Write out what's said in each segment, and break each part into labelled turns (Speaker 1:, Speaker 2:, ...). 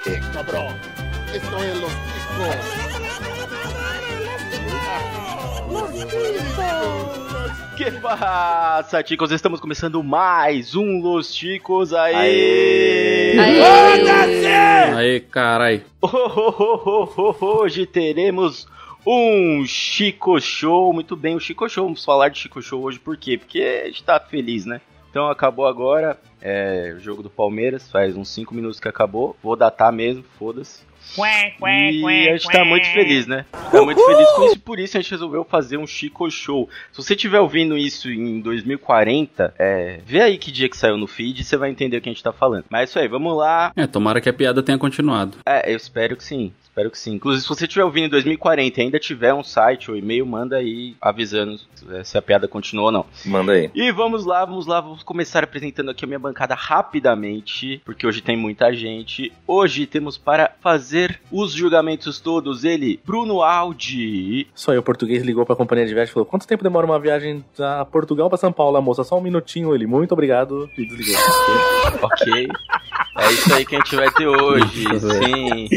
Speaker 1: cabrón. Esto es Los Ticos.
Speaker 2: Que passa, ticos? Estamos começando mais um Los Ticos. Aê!
Speaker 3: Aê, carai!
Speaker 2: Hoje teremos um Chico Show. Muito bem, o Chico Show. Vamos falar de Chico Show hoje, por quê? Porque a gente tá feliz, né? Então acabou agora o jogo do Palmeiras, faz uns 5 minutos que acabou. Vou datar mesmo, foda-se. E a gente tá muito feliz, né? Tá muito feliz com isso, por isso a gente resolveu fazer um Chico Show. Se você estiver ouvindo isso em 2040, vê aí que dia que saiu no feed e você vai entender o que a gente tá falando. Mas é isso aí, vamos lá.
Speaker 3: Tomara que a piada tenha continuado.
Speaker 2: Eu espero que sim. Espero que sim. Inclusive, se você estiver ouvindo em 2040 e ainda tiver um site ou e-mail, manda aí avisando se a piada continua ou não.
Speaker 4: Manda aí.
Speaker 2: E vamos lá. Vamos começar apresentando aqui a minha bancada rapidamente, porque hoje tem muita gente. Hoje temos para fazer os julgamentos todos ele, Bruno Aldi.
Speaker 4: Só aí, o português ligou pra companhia de viagem e falou: quanto tempo demora uma viagem da Portugal pra São Paulo, moça? Só um minutinho. Ele, muito obrigado, e desligou.
Speaker 2: Ok. É isso aí que a gente vai ter hoje, sim.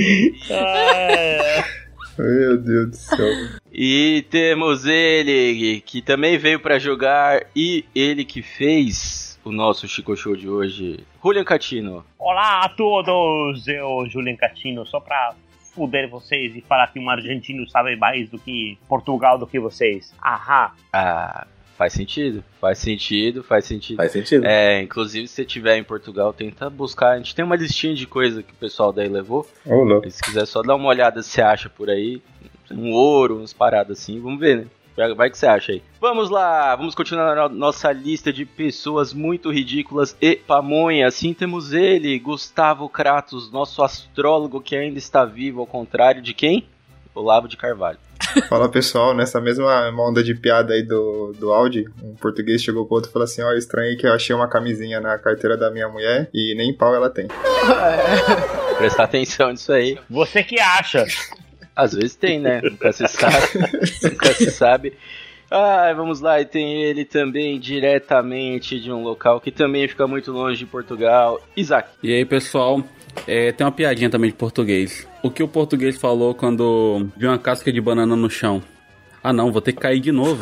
Speaker 4: Meu Deus do céu.
Speaker 2: E temos ele, que também veio pra jogar, e ele que fez o nosso Chico Show de hoje, Julian Catino.
Speaker 5: Olá a todos, eu, Julian Catino, só pra fuder vocês e falar que um argentino sabe mais do que Portugal do que vocês. Ahá.
Speaker 2: Faz sentido. Inclusive, se você estiver em Portugal, tenta buscar. A gente tem uma listinha de coisa que o pessoal daí levou. Se quiser só dar uma olhada se você acha por aí. Um ouro, umas paradas assim. Vamos ver, né? Vai que você acha aí. Vamos lá, vamos continuar a nossa lista de pessoas muito ridículas e pamonha. Assim temos ele, Gustavo Kratos, nosso astrólogo que ainda está vivo, ao contrário de quem? Olavo de Carvalho.
Speaker 6: Fala pessoal, nessa mesma onda de piada aí do Audi, um português chegou pro outro e falou assim: ó, estranho que eu achei uma camisinha na carteira da minha mulher e nem pau ela tem.
Speaker 2: Prestar atenção nisso aí.
Speaker 5: Você que acha?
Speaker 2: Às vezes tem, né? Nunca se sabe. Vamos lá, e tem ele também diretamente de um local que também fica muito longe de Portugal, Isaac.
Speaker 3: E aí, pessoal, tem uma piadinha também de português. O que o português falou quando viu uma casca de banana no chão? Não, vou ter que cair de novo.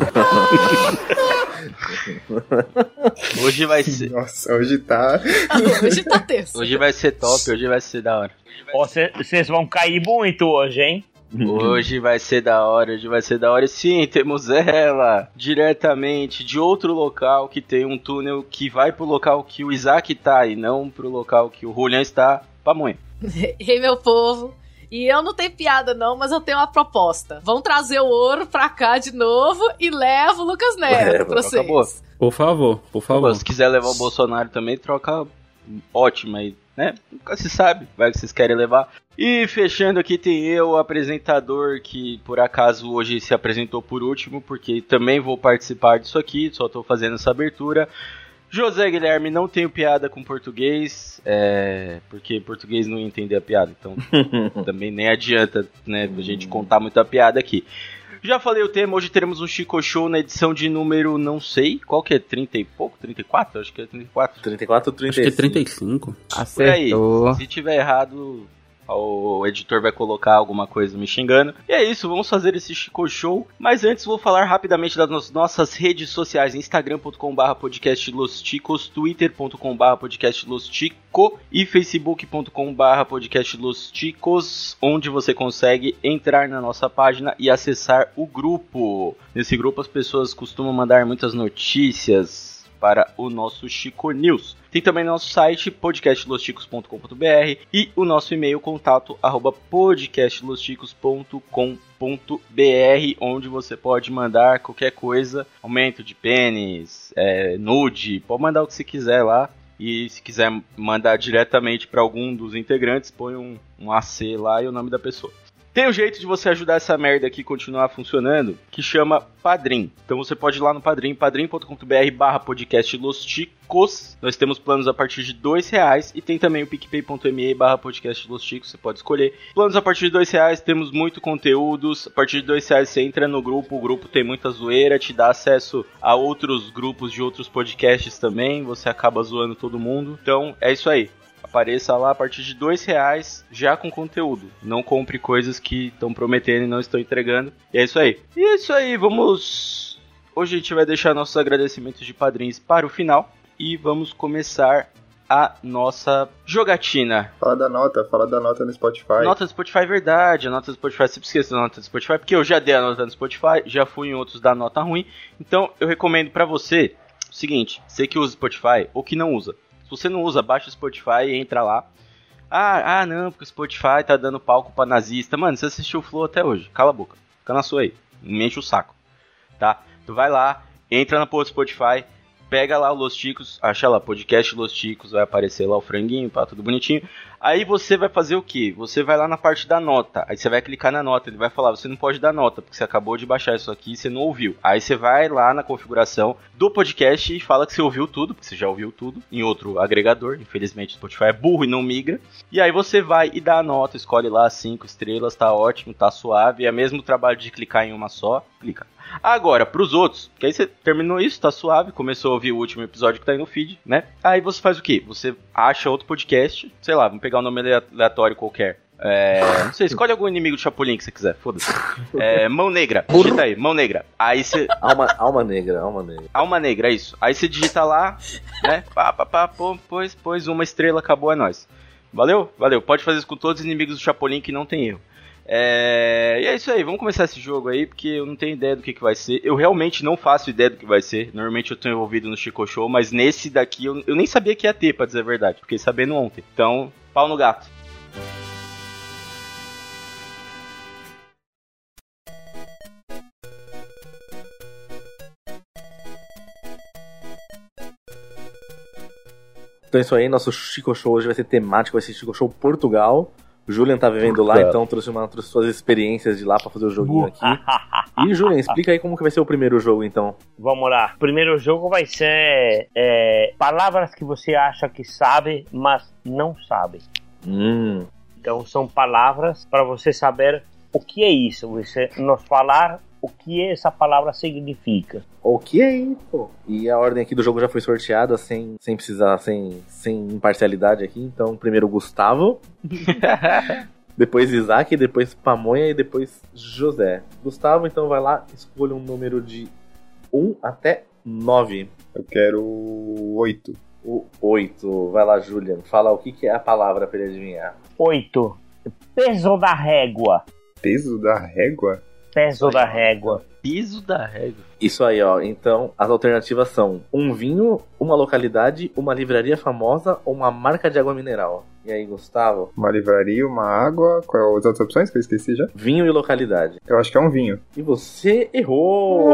Speaker 2: Hoje vai ser...
Speaker 6: Nossa, hoje tá
Speaker 7: tenso.
Speaker 2: Hoje vai ser top, hoje vai ser da hora.
Speaker 5: Vocês vão cair muito hoje, hein?
Speaker 2: Hoje vai ser da hora, E sim, temos ela diretamente de outro local que tem um túnel que vai pro local que o Isaac tá e não pro local que o Julian está, pamonha.
Speaker 7: Ei, meu povo. E eu não tenho piada não, mas eu tenho uma proposta. Vão trazer o ouro pra cá de novo e leva o Lucas Neto pra vocês.
Speaker 2: Acabou.
Speaker 3: Por favor.
Speaker 2: Se quiser levar o Bolsonaro também, troca ótima aí, né? Nunca se sabe, vai que vocês querem levar. E fechando aqui tem eu, o apresentador, que por acaso hoje se apresentou por último, porque também vou participar disso aqui, só tô fazendo essa abertura. José Guilherme, não tenho piada com português, porque português não ia entender a piada, então também nem adianta, né, a gente contar muita piada aqui. Já falei o tema, hoje teremos um Chico Show na edição de número, não sei, qual que é, 30 e pouco? 34? Acho que é 34.
Speaker 4: 34 ou 35?
Speaker 3: Acho que é 35.
Speaker 2: Acertou. Por aí, se tiver errado, o editor vai colocar alguma coisa me xingando. E é isso, vamos fazer esse Chico Show. Mas antes vou falar rapidamente das nossas redes sociais: instagram.com/podcastlosticos, twitter.com/podcastlosticos e facebook.com/podcastlosticos, onde você consegue entrar na nossa página e acessar o grupo. Nesse grupo as pessoas costumam mandar muitas notícias para o nosso Chico News. Tem também nosso site podcastlosticos.com.br e o nosso e-mail contato@podcastlosticos.com.br, onde você pode mandar qualquer coisa, aumento de pênis, nude, pode mandar o que você quiser lá. E se quiser mandar diretamente para algum dos integrantes, põe um AC lá e o nome da pessoa. Tem um jeito de você ajudar essa merda aqui a continuar funcionando, que chama Padrim. Então você pode ir lá no Padrim, padrim.com.br/podcastlosticos. Nós temos planos a partir de R$2 e tem também o picpay.me/podcastlosticos, você pode escolher. Planos a partir de R$2, temos muito conteúdos. A partir de R$2 você entra no grupo, o grupo tem muita zoeira, te dá acesso a outros grupos de outros podcasts também, você acaba zoando todo mundo. Então é isso aí. Apareça lá a partir de R$2 já com conteúdo. Não compre coisas que estão prometendo e não estão entregando. E é isso aí. E é isso aí, vamos... Hoje a gente vai deixar nossos agradecimentos de padrinhos para o final. E vamos começar a nossa jogatina.
Speaker 6: Fala da nota no Spotify.
Speaker 2: Nota do Spotify, verdade. A nota do Spotify, sempre esqueça da nota do Spotify, porque eu já dei a nota no Spotify, já fui em outros da nota ruim. Então eu recomendo pra você o seguinte: você que usa Spotify ou que não usa. Se você não usa, baixa o Spotify e entra lá. Não, porque o Spotify tá dando palco pra nazista. Mano, você assistiu o Flow até hoje. Cala a boca. Fica na sua aí. Não me enche o saco. Tá? Tu vai lá, entra na porra do Spotify. Pega lá o Los Ticos, acha lá, podcast Los Ticos, vai aparecer lá o franguinho, pá, tudo bonitinho. Aí você vai fazer o quê? Você vai lá na parte da nota, aí você vai clicar na nota, ele vai falar, você não pode dar nota, porque você acabou de baixar isso aqui e você não ouviu. Aí você vai lá na configuração do podcast e fala que você ouviu tudo, porque você já ouviu tudo, em outro agregador, infelizmente o Spotify é burro e não migra. E aí você vai e dá a nota, escolhe lá 5 estrelas, tá ótimo, tá suave, é mesmo trabalho de clicar em uma só, clica. Agora, pros outros, que aí você terminou isso, tá suave, começou a ouvir o último episódio que tá aí no feed, né? Aí você faz o quê? Você acha outro podcast, sei lá, vamos pegar um nome aleatório qualquer. Não sei, escolhe algum inimigo do Chapolin que você quiser, foda-se. Mão Negra, digita aí, Mão Negra. Aí você...
Speaker 4: Alma Negra.
Speaker 2: Alma Negra, é isso. Aí você digita lá, né? Pôs uma estrela, acabou, é nóis. Valeu? Valeu. Pode fazer isso com todos os inimigos do Chapolin que não tem erro. E é isso aí, vamos começar esse jogo aí, porque eu não tenho ideia do que vai ser. Eu realmente não faço ideia do que vai ser. Normalmente eu tô envolvido no Chico Show, mas nesse daqui eu nem sabia que ia ter, pra dizer a verdade. Fiquei sabendo ontem. Então, pau no gato.
Speaker 4: Então é isso aí, nosso Chico Show hoje vai ser temático, vai ser Chico Show Portugal. O Julian tá vivendo lá, então trouxe suas experiências de lá pra fazer o joguinho aqui. E Julian, explica aí como que vai ser o primeiro jogo, então.
Speaker 5: Vamos lá. O primeiro jogo vai ser palavras que você acha que sabe, mas não sabe. Então são palavras para você saber o que é isso. Você nos falar o que essa palavra significa.
Speaker 4: O que é isso? E a ordem aqui do jogo já foi sorteada sem precisar, sem imparcialidade aqui. Então, primeiro Gustavo, depois Isaac, depois Pamonha e depois José. Gustavo, então vai lá, escolha um número de 1 até 9.
Speaker 6: Eu quero 8.
Speaker 4: O 8. Vai lá, Julian. Fala o que é a palavra pra ele adivinhar.
Speaker 5: 8. Peso da régua.
Speaker 6: Peso da régua?
Speaker 5: Peso da régua.
Speaker 2: Peso da régua.
Speaker 4: Isso aí, ó. Então, as alternativas são um vinho, uma localidade, uma livraria famosa ou uma marca de água mineral. E aí, Gustavo?
Speaker 6: Uma livraria, uma água. Qual é as outras opções que eu esqueci já?
Speaker 4: Vinho e localidade.
Speaker 6: Eu acho que é um vinho.
Speaker 4: E você errou!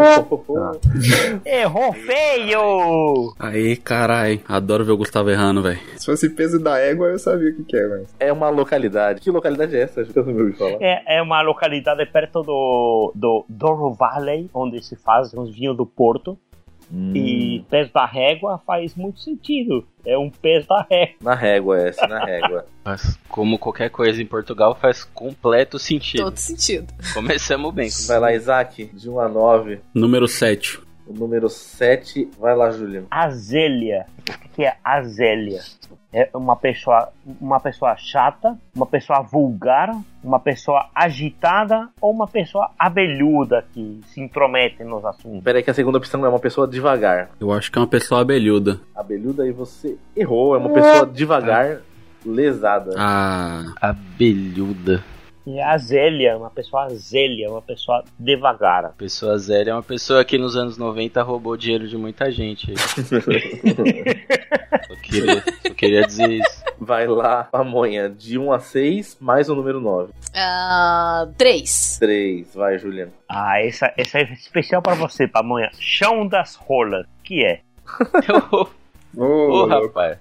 Speaker 5: Errou feio!
Speaker 3: Aí, carai. Adoro ver o Gustavo errando, velho.
Speaker 6: Se fosse peso da égua, eu sabia o que é, mas...
Speaker 4: É uma localidade. Que localidade é essa? Eu não ouvi falar.
Speaker 5: É uma localidade perto do Douro Valley, onde se faz os vinhos do Porto. E peso da régua faz muito sentido. É um peso da régua.
Speaker 4: Na régua, na régua.
Speaker 2: Mas, como qualquer coisa em Portugal, faz completo sentido.
Speaker 7: Todo sentido.
Speaker 2: Começamos bem.
Speaker 4: Vai lá, Isaac, de 1 a 9.
Speaker 3: Número 7.
Speaker 4: O número 7, vai lá, Julian.
Speaker 5: Azélia. O que é azélia? É uma pessoa chata, uma pessoa vulgar, uma pessoa agitada ou uma pessoa abelhuda que se intromete nos assuntos.
Speaker 4: Pera aí que a segunda opção é uma pessoa devagar.
Speaker 3: Eu acho que é uma pessoa abelhuda.
Speaker 4: Abelhuda, e você errou. É uma pessoa devagar, lesada.
Speaker 2: Abelhuda.
Speaker 5: E a Zélia, uma pessoa zélia, uma pessoa devagar.
Speaker 2: Pessoa zélia é uma pessoa que nos anos 90 roubou dinheiro de muita gente. Só queria dizer isso.
Speaker 4: Vai lá, Pamonha, de 1 a 6, mais o número 9.
Speaker 7: 3.
Speaker 4: 3, vai, Juliano.
Speaker 5: Essa é especial pra você, Pamonha. Chão das rolas, que é?
Speaker 2: Rapaz.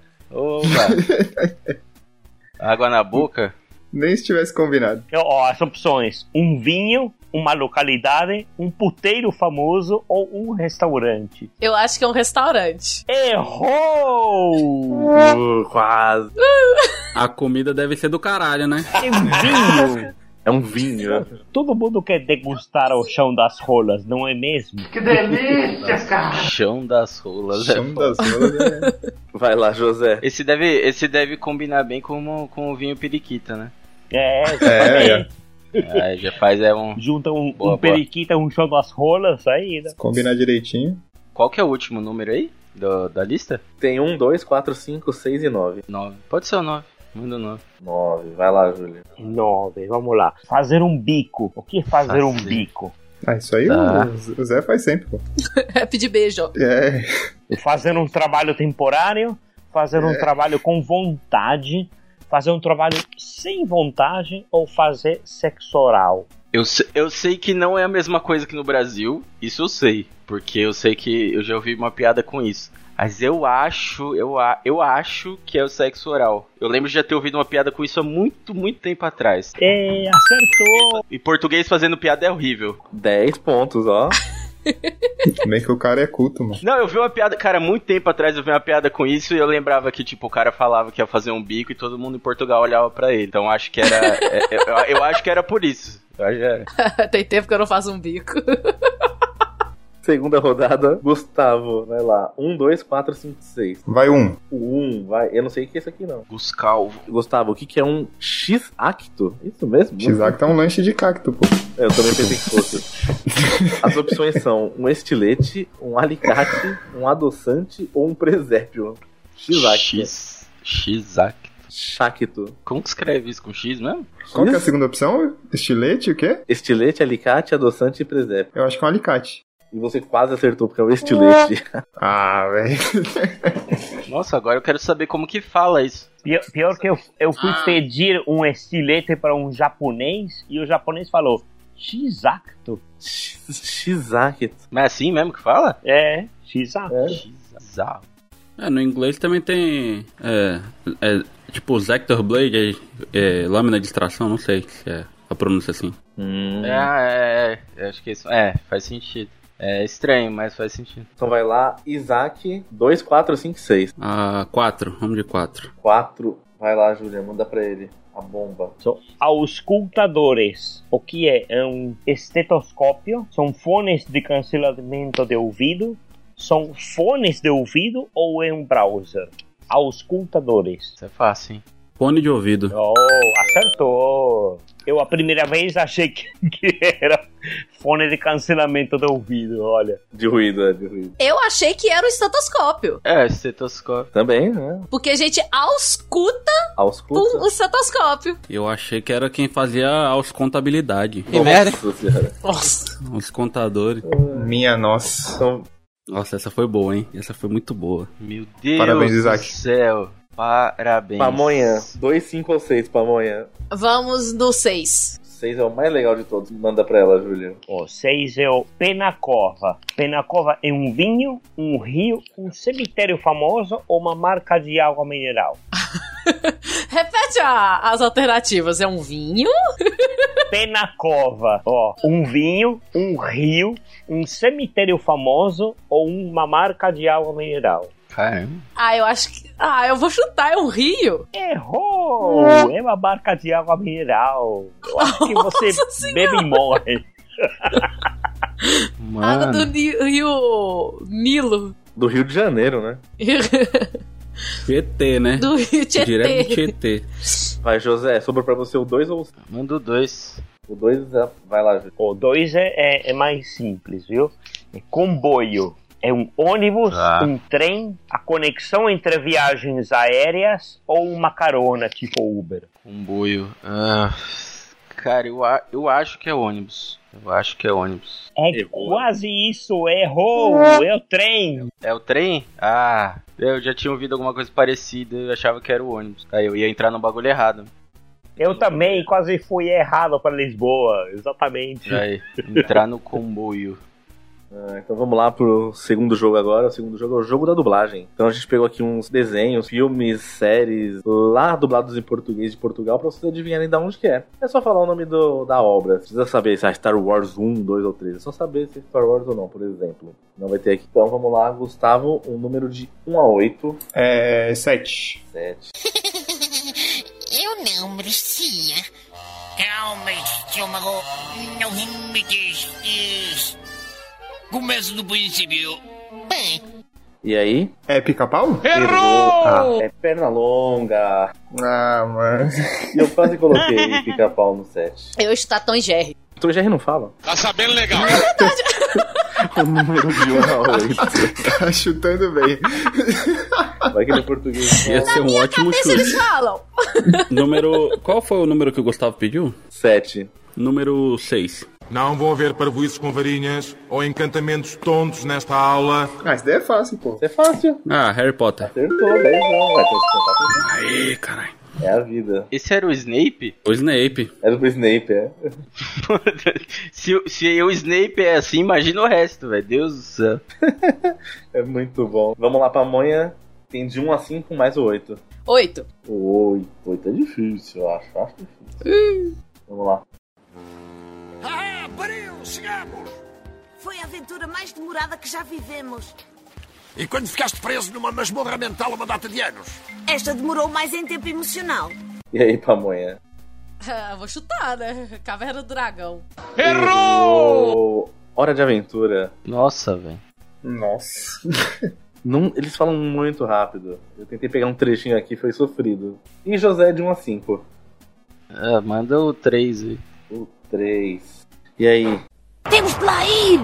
Speaker 2: Água na boca?
Speaker 6: Nem se tivesse combinado.
Speaker 5: As opções: um vinho, uma localidade, um puteiro famoso ou um restaurante.
Speaker 7: Eu acho que é um restaurante.
Speaker 5: Errou!
Speaker 4: Quase.
Speaker 3: A comida deve ser do caralho, né?
Speaker 5: É vinho.
Speaker 4: É um vinho.
Speaker 5: Todo mundo quer degustar o chão das rolas, não é mesmo?
Speaker 1: Que delícia, cara!
Speaker 2: Chão das rolas.
Speaker 6: Chão das rolas,
Speaker 4: Vai lá, José.
Speaker 2: Esse deve combinar bem com o vinho periquita, né?
Speaker 5: Exatamente.
Speaker 2: Aí já faz
Speaker 5: Junta um
Speaker 2: boa.
Speaker 5: periquita, um show das rolas, aí, né?
Speaker 6: Combinar direitinho.
Speaker 2: Qual que é o último número aí da lista?
Speaker 4: Tem 1, 2, 4, 5, 6 e 9.
Speaker 2: 9. Pode ser o 9. Manda o 9.
Speaker 4: 9. Vai lá, Júlio.
Speaker 5: 9, vamos lá. Fazer um bico. O que é fazer um bico?
Speaker 6: Ah, isso aí
Speaker 2: Tá.
Speaker 6: o Zé faz sempre, pô.
Speaker 7: É pedir beijo.
Speaker 5: Fazer um trabalho temporário, fazer um trabalho com vontade, fazer um trabalho sem vontade ou fazer sexo oral.
Speaker 2: Eu sei que não é a mesma coisa que no Brasil, isso eu sei, porque eu sei que eu já ouvi uma piada com isso. Mas eu acho que é o sexo oral. Eu lembro de já ter ouvido uma piada com isso há muito, muito tempo atrás.
Speaker 5: Acertou!
Speaker 2: E português fazendo piada é horrível.
Speaker 4: 10 pontos, ó.
Speaker 6: Meio que o cara é culto, mano.
Speaker 2: Não, eu vi uma piada, cara, muito tempo atrás eu vi uma piada com isso e eu lembrava que, tipo, o cara falava que ia fazer um bico e todo mundo em Portugal olhava pra ele. Então acho que era. Eu acho que era por isso. Eu acho que era.
Speaker 7: Tem tempo que eu não faço um bico.
Speaker 4: Segunda rodada, Gustavo. Vai lá. 1, 2, 4, 5, 6.
Speaker 6: Vai 1.
Speaker 4: O 1, vai. Eu não sei o que é isso aqui, não.
Speaker 2: Guscalvo.
Speaker 4: Gustavo, o que é um X-Acto? Isso mesmo?
Speaker 6: X-Acto é um lanche de cacto, pô.
Speaker 4: Eu também pensei que fosse. As opções são um estilete, um alicate, um adoçante ou um presépio. X-Acto.
Speaker 2: X-Acto.
Speaker 4: Shacto.
Speaker 2: Como que escreve isso com X mesmo?
Speaker 6: Qual que é a segunda opção? Estilete, o quê?
Speaker 4: Estilete, alicate, adoçante e presépio.
Speaker 6: Eu acho que é um alicate.
Speaker 4: E você quase acertou, porque é o estilete.
Speaker 6: Ah, velho.
Speaker 2: Nossa, agora eu quero saber como que fala isso.
Speaker 5: Pior que eu fui pedir um estilete para um japonês e o japonês falou X-Acto.
Speaker 4: X-Acto.
Speaker 2: Mas é assim mesmo que fala?
Speaker 5: X-Acto.
Speaker 2: X-Acto.
Speaker 3: No inglês também tem. Tipo, Zactor Blade, lâmina de extração, não sei se é a pronúncia assim.
Speaker 2: Acho que isso. Faz sentido. É estranho, mas faz sentido.
Speaker 4: Então vai lá, Isaac, 2, 4, 5, 6.
Speaker 3: 4, vamos de 4.
Speaker 4: 4, vai lá, Júlia, manda pra ele a bomba.
Speaker 5: Auscultadores. O que é? É um estetoscópio? São fones de cancelamento de ouvido? São fones de ouvido ou é um browser? Auscultadores.
Speaker 2: Isso é fácil, hein?
Speaker 3: Fone de ouvido.
Speaker 5: Oh, acertou! Eu a primeira vez achei que era fone de cancelamento de ouvido, olha.
Speaker 4: De ruído, de ruído.
Speaker 7: Eu achei que era o estetoscópio.
Speaker 2: Estetoscópio.
Speaker 4: Também, né?
Speaker 7: Porque a gente ausculta
Speaker 4: Ausculta.
Speaker 7: o estetoscópio.
Speaker 3: Eu achei que era quem fazia auscontabilidade.
Speaker 4: Nossa senhora.
Speaker 7: Nossa.
Speaker 3: Os contadores.
Speaker 6: Minha nossa.
Speaker 4: Então,
Speaker 3: Nossa, essa foi boa, hein? Essa foi muito boa.
Speaker 2: Meu Deus
Speaker 6: Parabéns,
Speaker 2: do
Speaker 6: Isaac.
Speaker 2: céu. Parabéns.
Speaker 4: Pamonha, 2, 5 ou 6, Pamonha.
Speaker 7: Vamos no 6.
Speaker 4: 6 é o mais legal de todos. Manda pra ela, Júlia.
Speaker 5: 6 é o Penacova. Penacova é um vinho, um rio, um cemitério famoso ou uma marca de água mineral?
Speaker 7: Repete as alternativas. É um vinho?
Speaker 5: Penacova. Um vinho, um rio, um cemitério famoso ou uma marca de água mineral?
Speaker 2: Caramba.
Speaker 7: Eu acho que... eu vou chutar. É um rio?
Speaker 5: Errou! É uma marca de água mineral. Eu acho que você bebe e morre.
Speaker 7: Água
Speaker 2: Mano.
Speaker 7: do rio Nilo.
Speaker 4: Do Rio de Janeiro, né?
Speaker 3: Tietê, né?
Speaker 7: Do rio Tietê.
Speaker 3: Direto do Tietê.
Speaker 4: Vai, José, sobra pra você o 2 ou o 5?
Speaker 2: Manda o 2.
Speaker 4: O 2, vai lá, Júlia.
Speaker 5: O 2 é mais simples, viu? É comboio. É um ônibus, um trem, a conexão entre viagens aéreas ou uma carona, tipo Uber.
Speaker 2: Comboio. Cara, eu acho que é ônibus.
Speaker 4: Errou.
Speaker 5: Quase isso, errou! É o trem!
Speaker 2: É o trem? Eu já tinha ouvido alguma coisa parecida. Eu achava que era o ônibus. Aí eu ia entrar no bagulho errado.
Speaker 5: Eu também quase fui errado para Lisboa, exatamente.
Speaker 2: Aí, entrar no comboio.
Speaker 4: Então vamos lá pro segundo jogo agora. O segundo jogo é o jogo da dublagem. Então a gente pegou aqui uns desenhos, filmes, séries, lá dublados em português de Portugal, pra vocês adivinharem de onde que é. É só falar o nome da obra. Não precisa saber se é Star Wars 1, 2 ou 3. É só saber se é Star Wars ou não, por exemplo. Não vai ter aqui. Então vamos lá, Gustavo, um número de 1 a 8.
Speaker 6: 7.
Speaker 4: 7.
Speaker 8: Eu não merecia. Calma, estômago. Não me deixes. Começa do princípio. Bem,
Speaker 4: E aí?
Speaker 6: É pica-pau?
Speaker 4: Errou! É perna longa.
Speaker 6: Ah, mano.
Speaker 4: E eu quase coloquei pica-pau no 7.
Speaker 7: Eu estou Tom e Jerry.
Speaker 4: Tom e Jerry não fala?
Speaker 9: Tá sabendo legal.
Speaker 7: É verdade.
Speaker 4: O número de 1 a 8.
Speaker 6: Tá chutando bem.
Speaker 4: Vai que no português.
Speaker 3: Ia ser um ótimo chute.
Speaker 7: Eles falam.
Speaker 3: Qual foi o número que o Gustavo pediu?
Speaker 4: 7.
Speaker 3: Número 6.
Speaker 9: Não vou haver parvoíces com varinhas ou encantamentos tontos nesta aula.
Speaker 6: Ah, isso daí é fácil, pô.
Speaker 4: Isso é fácil.
Speaker 3: Ah, Harry Potter.
Speaker 4: Acertou, 10 não. Vai ter que contar.
Speaker 3: Aê, caralho.
Speaker 4: É a vida.
Speaker 2: Esse era o Snape?
Speaker 3: O Snape.
Speaker 4: Era pro Snape, é.
Speaker 2: se o Snape é assim, imagina o resto, velho. Deus do céu.
Speaker 4: É muito bom. Vamos lá, Pamonha. Tem de 1 a 5 mais o 8.
Speaker 7: 8.
Speaker 4: 8 é difícil, eu acho. Acho difícil. Vamos lá.
Speaker 10: Ah, pariu! Chegamos! Foi a aventura mais demorada que já vivemos.
Speaker 9: E quando ficaste preso numa masmorra mental uma data de anos?
Speaker 10: Esta demorou mais em tempo emocional.
Speaker 4: E aí, Pamonha?
Speaker 7: Vou chutar, né? Caverna do Dragão.
Speaker 4: Errou! Hora de Aventura.
Speaker 2: Nossa, velho.
Speaker 6: Nossa.
Speaker 4: Não, eles falam muito rápido. Eu tentei pegar um trechinho aqui, foi sofrido. E José de 1 a 5.
Speaker 2: Manda o 3 aí.
Speaker 4: O 3. E aí?
Speaker 10: Temos de lá ir!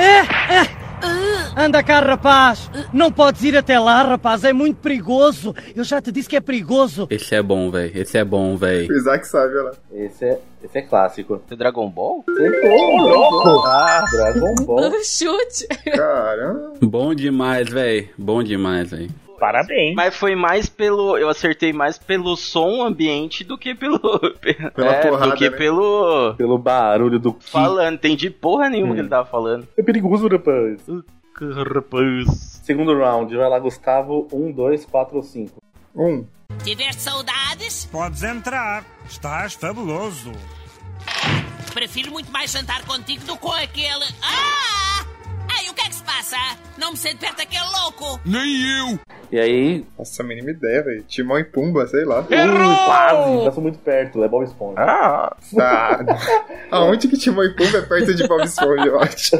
Speaker 11: Anda cá, rapaz! Não podes ir até lá, rapaz, é muito perigoso! Eu já te disse que é perigoso!
Speaker 3: Esse é bom, velho. Esse é bom, velho.
Speaker 6: O Isaac sabe, olha lá.
Speaker 4: Esse é clássico.
Speaker 2: É Dragon Ball?
Speaker 4: Louco! Dragon Ball.
Speaker 7: Chute.
Speaker 6: Caramba.
Speaker 3: Bom demais, velho. Bom demais, velho.
Speaker 5: Parabéns.
Speaker 2: Mas foi mais pelo... Eu acertei mais pelo som ambiente do que pelo...
Speaker 6: Pela porrada,
Speaker 2: do que
Speaker 6: né?
Speaker 4: Pelo barulho do Ki.
Speaker 2: Falando, entendi porra nenhuma que ele tava falando.
Speaker 4: É perigoso, rapaz.
Speaker 2: Rapaz.
Speaker 4: Segundo round, vai lá, Gustavo. 1, 2, 4 ou 5?
Speaker 6: 1.
Speaker 10: Tiveste saudades?
Speaker 11: Podes entrar, estás fabuloso!
Speaker 10: Prefiro muito mais jantar contigo do que com aquele... Ah! Ai, o que é que se passa? Não me sento perto daquele louco!
Speaker 9: Nem eu!
Speaker 4: E aí?
Speaker 6: Nossa, a mínima ideia, velho. Timão e Pumba, sei lá.
Speaker 4: Quase! Passou muito perto, é Bob Esponja.
Speaker 6: Ah, aonde que Timão e Pumba é perto de Bob Esponja, eu acho?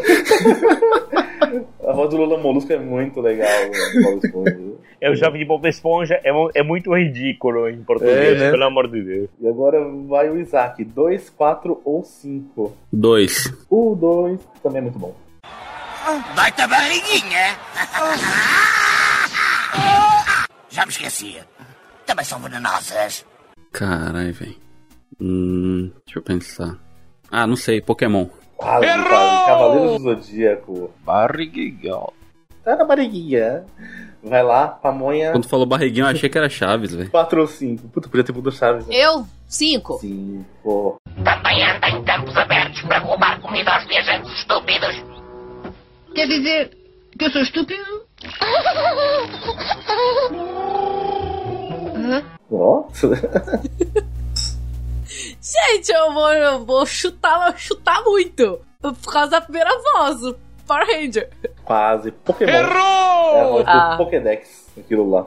Speaker 4: A voz do Lula Molusco é muito legal, Bob Esponja.
Speaker 5: Eu já vi de Bob Esponja, é muito ridículo em português,
Speaker 4: né?
Speaker 5: pelo amor de Deus.
Speaker 4: E agora vai o Isaac. 2, 4 ou 5?
Speaker 3: 2.
Speaker 4: O 2 também é muito bom.
Speaker 8: Dói-te a barriguinha? Já me esquecia. Também são venenosas.
Speaker 3: Caralho, velho. Deixa eu pensar. Ah, não sei. Pokémon.
Speaker 4: Quase. Cavaleiros do Zodíaco.
Speaker 2: Barriguinha.
Speaker 4: Tá na barriguinha. Vai lá, Pamonha.
Speaker 3: Quando falou barriguinha, eu achei que era Chaves, velho.
Speaker 4: 4 ou 5? Puta, podia ter mudado Chaves. Né?
Speaker 7: Eu? 5.
Speaker 4: 5.
Speaker 8: Também anda em campos abertos para roubar comida aos viajantes estúpidos.
Speaker 12: Quer dizer que eu sou estúpido?
Speaker 4: Nossa.
Speaker 7: Gente, eu vou chutar muito. Por causa da primeira voz, o Power Ranger.
Speaker 4: Quase. Pokémon.
Speaker 2: Errou!
Speaker 4: É a voz do Pokédex, aquilo lá.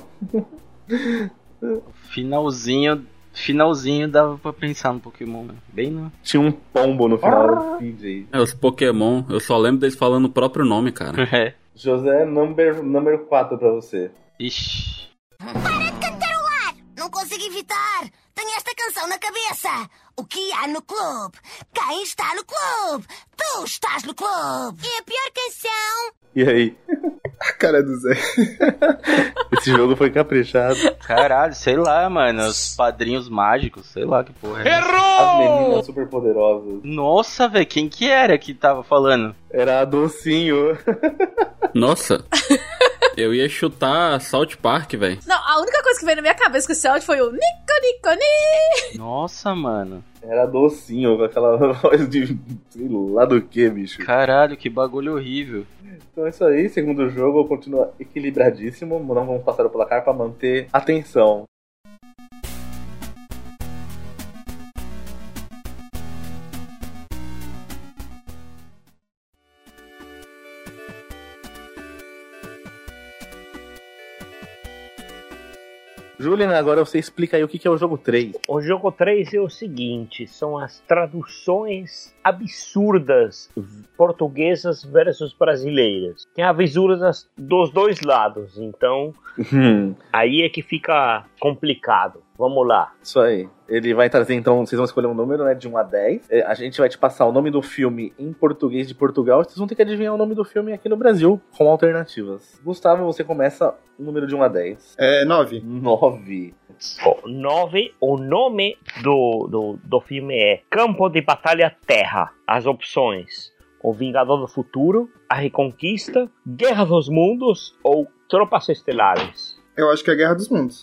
Speaker 2: Finalzinho dava pra pensar no Pokémon, né? Bem, né?
Speaker 4: Tinha um pombo no final do feed aí.
Speaker 3: Os Pokémon, eu só lembro deles falando o próprio nome, cara.
Speaker 2: É.
Speaker 4: José, número 4 pra você.
Speaker 2: Ixi.
Speaker 10: Para de cantarolar! Não consigo evitar! Tenho esta canção na cabeça! O que há no clube? Quem está no clube? Tu estás no clube! É a pior canção!
Speaker 4: E aí?
Speaker 6: A cara do Zé.
Speaker 4: Esse jogo foi caprichado.
Speaker 2: Caralho, sei lá, mano. Os padrinhos mágicos, sei lá que porra é.
Speaker 4: As meninas super poderosas.
Speaker 2: Nossa, velho, quem que era que tava falando?
Speaker 4: Era a Docinho.
Speaker 3: Nossa. Eu ia chutar South Park, velho.
Speaker 7: Não, a única coisa que veio na minha cabeça com esse áudio foi o Nico Nico Ni.
Speaker 2: Nossa, mano.
Speaker 4: Era Docinho, com aquela voz de sei lá do que, bicho.
Speaker 2: Caralho, que bagulho horrível.
Speaker 4: Então é isso aí, segundo jogo continua equilibradíssimo. Não vamos passar o placar para manter a tensão. Juliana, agora você explica aí o que é o jogo 3.
Speaker 5: O jogo 3 é o seguinte, são as traduções absurdas portuguesas versus brasileiras. Tem absurdas dos dois lados, então aí é que fica complicado. Vamos lá.
Speaker 4: Isso aí. Ele vai trazer, então, vocês vão escolher um número, né, de 1 a 10. A gente vai te passar o nome do filme em português de Portugal. Vocês vão ter que adivinhar o nome do filme aqui no Brasil, com alternativas. Gustavo, você começa um número de 1 a 10.
Speaker 6: 9.
Speaker 4: 9.
Speaker 5: 9. O nome do filme é Campo de Batalha Terra. As opções: O Vingador do Futuro, A Reconquista, Guerra dos Mundos ou Tropas Estelares.
Speaker 6: Eu acho que é Guerra dos Mundos.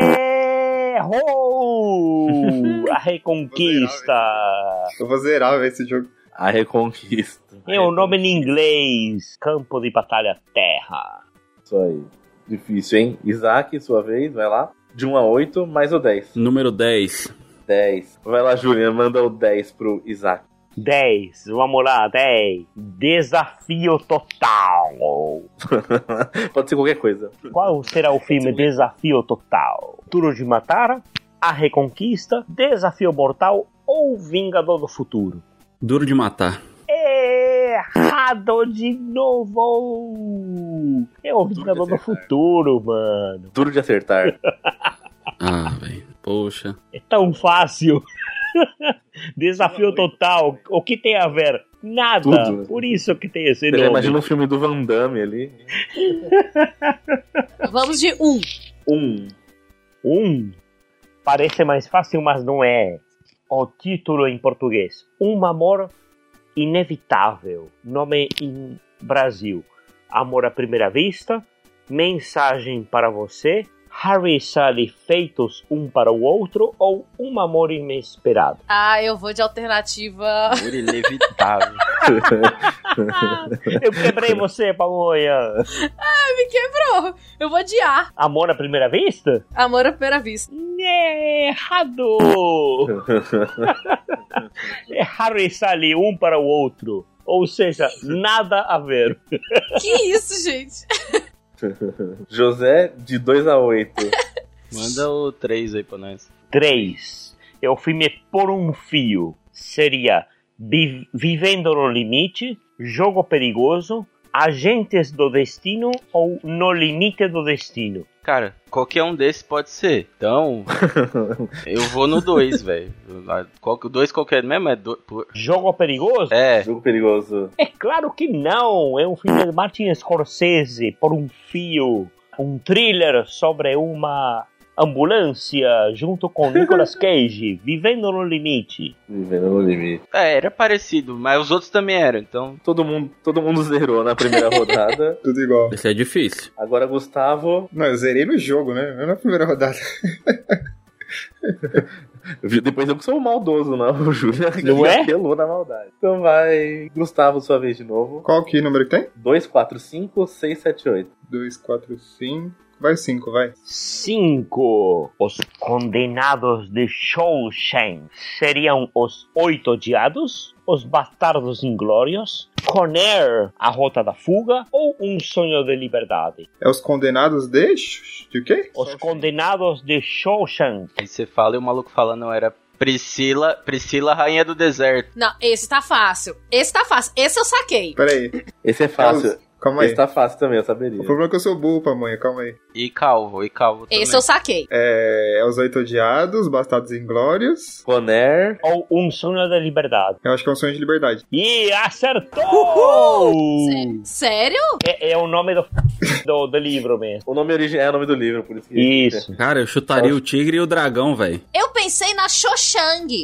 Speaker 5: Errou! A Reconquista.
Speaker 6: Eu vou zerar esse jogo.
Speaker 4: A Reconquista.
Speaker 5: É o nome em inglês. Campo de Batalha Terra.
Speaker 4: Isso aí. Difícil, hein? Isaac, sua vez, vai lá. De 1 a 8, mais o 10.
Speaker 3: Número 10.
Speaker 4: 10. Vai lá, Juliana, manda o 10 pro Isaac.
Speaker 5: 10. Vamos lá, 10. Desafio Total.
Speaker 4: Pode ser qualquer coisa.
Speaker 5: Qual será o filme Desafio Total? Duro de Matar, A Reconquista, Desafio Mortal ou Vingador do Futuro?
Speaker 3: Duro de Matar.
Speaker 5: Errado de novo! É o Vingador do Futuro, mano.
Speaker 4: Duro de acertar.
Speaker 3: Velho. Poxa.
Speaker 5: É tão fácil. Desafio Total. O que tem a ver? Nada.
Speaker 4: Tudo.
Speaker 5: Por isso que tem esse
Speaker 4: Você
Speaker 5: nome.
Speaker 4: já imagina um filme do Van Damme ali.
Speaker 7: Vamos de 1.
Speaker 5: 1. Parece mais fácil, mas não é. O título em português: Um Amor Inevitável. Nome em Brasil: Amor à Primeira Vista, Mensagem para Você, Harry e Sally feitos um para o outro ou Um Amor Inesperado.
Speaker 7: Eu vou de alternativa.
Speaker 2: Amor inevitável.
Speaker 5: Eu quebrei você, Pamonha.
Speaker 7: Me quebrou. Eu vou de A.
Speaker 5: Amor à Primeira Vista?
Speaker 7: Amor à Primeira Vista.
Speaker 5: Errado. É Harry e Sally um para o outro. Ou seja, nada a ver.
Speaker 7: Que isso, gente?
Speaker 4: José, de 2 a 8.
Speaker 2: Manda o 3 aí pra nós.
Speaker 5: 3. É o filme Por um Fio. Seria Vivendo no Limite, Jogo Perigoso, Agentes do Destino ou No Limite do Destino.
Speaker 2: Cara, qualquer um desses pode ser. Então, eu vou no 2, velho. O 2 qualquer mesmo é...
Speaker 5: Jogo Perigoso?
Speaker 2: É.
Speaker 4: Jogo Perigoso.
Speaker 5: É claro que não. É um filme de Martin Scorsese, Por um Fio. Um thriller sobre uma ambulância junto com Nicolas Cage, Vivendo no Limite.
Speaker 4: Vivendo no Limite.
Speaker 2: Era parecido, mas os outros também eram, então...
Speaker 4: Todo mundo zerou na primeira rodada.
Speaker 6: Tudo igual.
Speaker 3: Esse é difícil.
Speaker 4: Agora, Gustavo...
Speaker 6: Não, eu zerei no jogo, né? Não na primeira rodada.
Speaker 4: Depois eu que sou maldoso, não. O Júlio
Speaker 5: não é?
Speaker 4: apelou na maldade. Então vai, Gustavo, sua vez de novo.
Speaker 6: Qual que número que tem?
Speaker 4: 2, 4, 5, 6, 7, 8.
Speaker 6: 2, 4, 5... Vai 5, vai.
Speaker 5: 5. Os Condenados de Shawshank seriam os 8 Odiados, os Bastardos Inglórios, Conair, A Rota da Fuga ou Um Sonho de Liberdade?
Speaker 6: É os Condenados de o quê?
Speaker 5: Os Condenados de Shawshank.
Speaker 2: Aí você fala e o maluco fala, não, era Priscila, Rainha do Deserto.
Speaker 7: Não, esse tá fácil. Esse eu saquei.
Speaker 6: Peraí.
Speaker 4: Esse é fácil.
Speaker 6: Calma aí.
Speaker 4: Esse tá fácil também, eu saberia.
Speaker 6: O problema é que eu sou burro, pamonha, calma aí.
Speaker 2: E calvo também.
Speaker 7: Esse eu saquei.
Speaker 6: É Os 8 Odiados, Bastardos Inglórios.
Speaker 4: Conair.
Speaker 5: Ou Um Sonho de Liberdade.
Speaker 6: Eu acho que é Um Sonho de Liberdade.
Speaker 5: E acertou!
Speaker 7: Sério?
Speaker 5: É o nome do livro mesmo.
Speaker 4: O nome original é o nome do livro, por isso que...
Speaker 5: Isso.
Speaker 3: Cara, eu chutaria o tigre e o dragão, velho.
Speaker 7: Eu pensei na Xoxang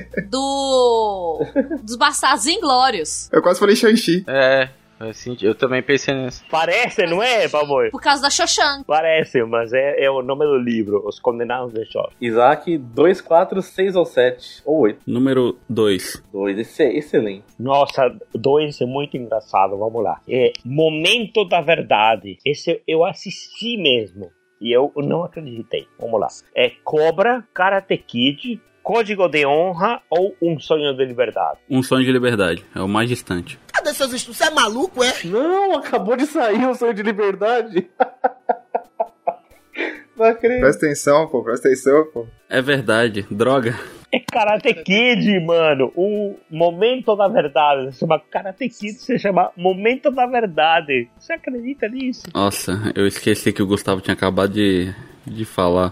Speaker 7: dos Bastardos Inglórios.
Speaker 6: Eu quase falei Shang-Chi.
Speaker 2: Assim, eu também pensei nisso.
Speaker 5: Parece, não é, Pavor?
Speaker 7: Por causa da Xoxang.
Speaker 5: Parece, mas é o nome do livro, Os Condenados de Shawshank.
Speaker 4: Isaac, 2, 4, 6 ou 7 ou 8.
Speaker 3: Número 2.
Speaker 4: 2, esse é excelente.
Speaker 5: Nossa, 2 é muito engraçado, vamos lá. É Momento da Verdade. Esse eu assisti mesmo e eu não acreditei. Vamos lá. É Cobra, Karate Kid, Código de Honra ou Um Sonho de Liberdade?
Speaker 3: Um Sonho de Liberdade, é o mais distante.
Speaker 11: Cadê seus estudos? Você é maluco, é?
Speaker 4: Não, acabou de sair o Sonho de Liberdade. Não acredito.
Speaker 6: Presta atenção, pô.
Speaker 3: É verdade, droga.
Speaker 5: É Karate Kid, mano. O Momento da Verdade. Se chama Karate Kid, se chama Momento da Verdade. Você acredita nisso?
Speaker 3: Nossa, eu esqueci que o Gustavo tinha acabado de falar.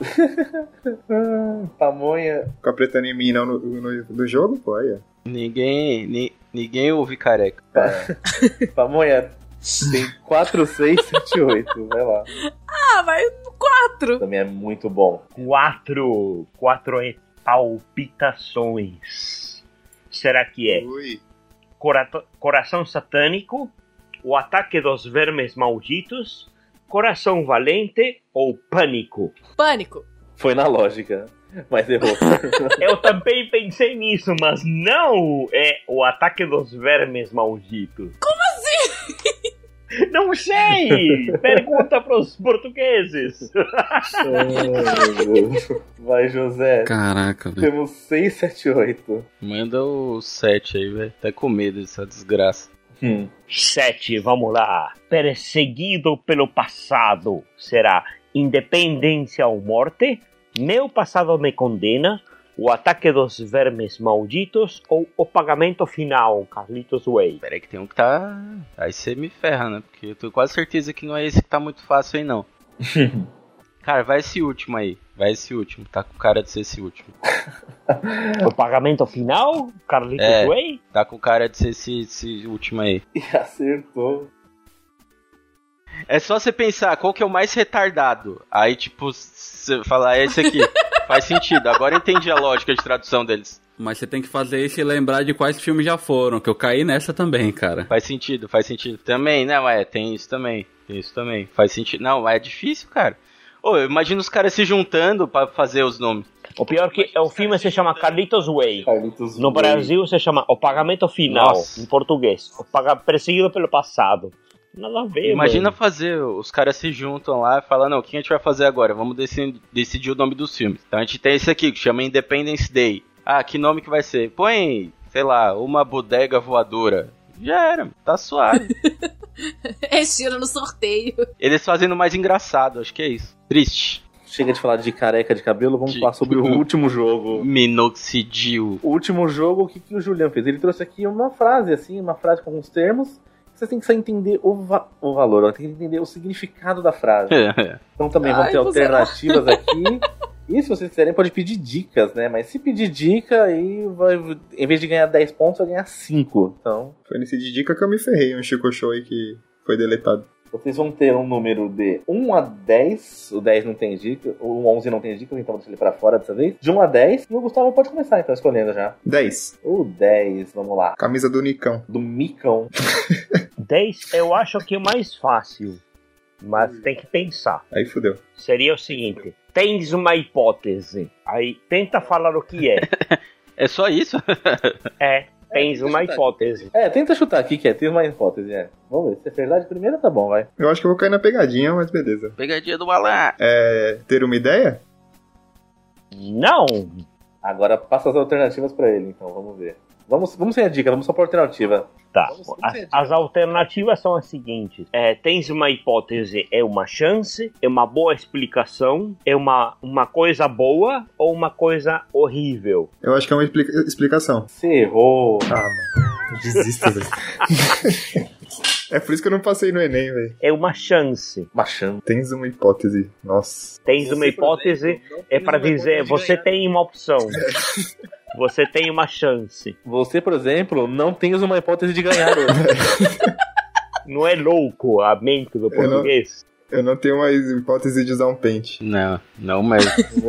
Speaker 4: Pamonha.
Speaker 6: Fica apretando em mim não no jogo, pô. Aí, ó.
Speaker 2: Ninguém ouve careca.
Speaker 4: Pamonha, tem 4, 6, 7, 8. Vai lá.
Speaker 7: Ah, vai 4.
Speaker 4: Também é muito bom.
Speaker 5: 4 palpitações. Será que é Coração Satânico, O Ataque dos Vermes Malditos, Coração Valente ou Pânico?
Speaker 7: Pânico.
Speaker 4: Foi na lógica, mas errou.
Speaker 5: Eu também pensei nisso, mas não é O Ataque dos Vermes Malditos.
Speaker 7: Como assim?
Speaker 5: Não sei! Pergunta pros portugueses.
Speaker 4: Vai, José.
Speaker 3: Caraca, velho.
Speaker 4: Temos 6, 7, 8.
Speaker 2: Manda o 7 aí, velho. Tá com medo dessa desgraça.
Speaker 5: 7, vamos lá. Perseguido pelo passado. Será Independência ou Morte, Meu Passado Me Condena, O Ataque dos Vermes Malditos ou O Pagamento Final, Carlitos Way.
Speaker 2: Peraí que tem um que tá... Aí você me ferra, né? Porque eu tenho quase certeza que não é esse que tá muito fácil aí, não. Cara, vai esse último aí. Vai esse último. Tá com cara de ser esse último.
Speaker 5: O Pagamento Final, Carlitos Way?
Speaker 2: Tá com cara de ser esse último aí.
Speaker 4: E acertou.
Speaker 2: É só você pensar qual que é o mais retardado. Aí, tipo, você falar esse aqui. Faz sentido. Agora eu entendi a lógica de tradução deles.
Speaker 3: Mas você tem que fazer isso e lembrar de quais filmes já foram, que eu caí nessa também, cara.
Speaker 2: Faz sentido. Também, né, mas tem isso também. Faz sentido. Não, mas é difícil, cara. Ô, eu imagino os caras se juntando pra fazer os nomes.
Speaker 5: O pior é que o filme se chama Carlitos Way. No
Speaker 4: Way.
Speaker 5: Brasil se chama O Pagamento Final,
Speaker 2: Nossa.
Speaker 5: em português. Perseguido pelo passado. Nada a ver,
Speaker 2: Imagina
Speaker 5: mano.
Speaker 2: fazer, os caras se juntam lá e falam, não, o que a gente vai fazer agora? Vamos decidir o nome dos filmes. Então a gente tem esse aqui, que chama Independence Day. Ah, que nome que vai ser? Põe, sei lá, Uma Bodega Voadora. Já era, tá suave.
Speaker 7: Eles tiram no sorteio.
Speaker 2: Eles fazendo mais engraçado, acho que é isso. Triste.
Speaker 4: Chega de falar de careca de cabelo, vamos falar sobre o último jogo.
Speaker 2: Minoxidil.
Speaker 4: O último jogo, o que o Julião fez? Ele trouxe aqui uma frase com alguns termos. Você tem que só entender o valor, tem que entender o significado da frase. Então também vão ter alternativas aqui. E se vocês quiserem, pode pedir dicas, né? Mas se pedir dica, aí vai, em vez de ganhar 10 pontos, vai ganhar 5. Então...
Speaker 6: Foi nesse de dica que eu me ferrei, um Chico Show aí que foi deletado.
Speaker 4: Vocês vão ter um número de 1 a 10. O 10 não tem dica. O 11 não tem dica, então vou deixar ele pra fora dessa vez. De 1 a 10. E o Gustavo pode começar, então, escolhendo já.
Speaker 6: 10.
Speaker 4: O 10, vamos lá.
Speaker 6: Camisa do Nicão.
Speaker 4: Do Micão.
Speaker 5: 10 eu acho que é o mais fácil. Mas tem que pensar.
Speaker 6: Aí fudeu.
Speaker 5: Seria o seguinte. Tens uma hipótese. Aí tenta falar o que é.
Speaker 2: É só isso?
Speaker 5: Tens uma hipótese.
Speaker 4: Tenta chutar aqui que tem uma hipótese, Vamos ver, se é verdade primeiro, tá bom, vai.
Speaker 6: Eu acho que eu vou cair na pegadinha, mas beleza.
Speaker 2: Pegadinha do malandro.
Speaker 6: Ter uma ideia?
Speaker 5: Não!
Speaker 4: Agora passa as alternativas pra ele, então, vamos ver. Vamos sem a dica, vamos só por alternativa.
Speaker 5: Tá, as alternativas são as seguintes. Tens uma hipótese, é uma chance, é uma boa explicação, é uma coisa boa ou uma coisa horrível?
Speaker 6: Eu acho que é uma explicação.
Speaker 4: Você errou.
Speaker 6: Ah, mano. Desista, velho. É por isso que eu não passei no Enem, velho.
Speaker 5: É uma chance.
Speaker 4: Uma chance.
Speaker 6: Tens uma hipótese. Nossa.
Speaker 5: Tens uma hipótese, é pra dizer, você tem uma opção. Você tem uma chance.
Speaker 4: Você, por exemplo, não tens uma hipótese de ganhar hoje.
Speaker 5: Não é louco a mente do português?
Speaker 6: Eu não tenho uma hipótese de usar um pente.
Speaker 2: Não mesmo.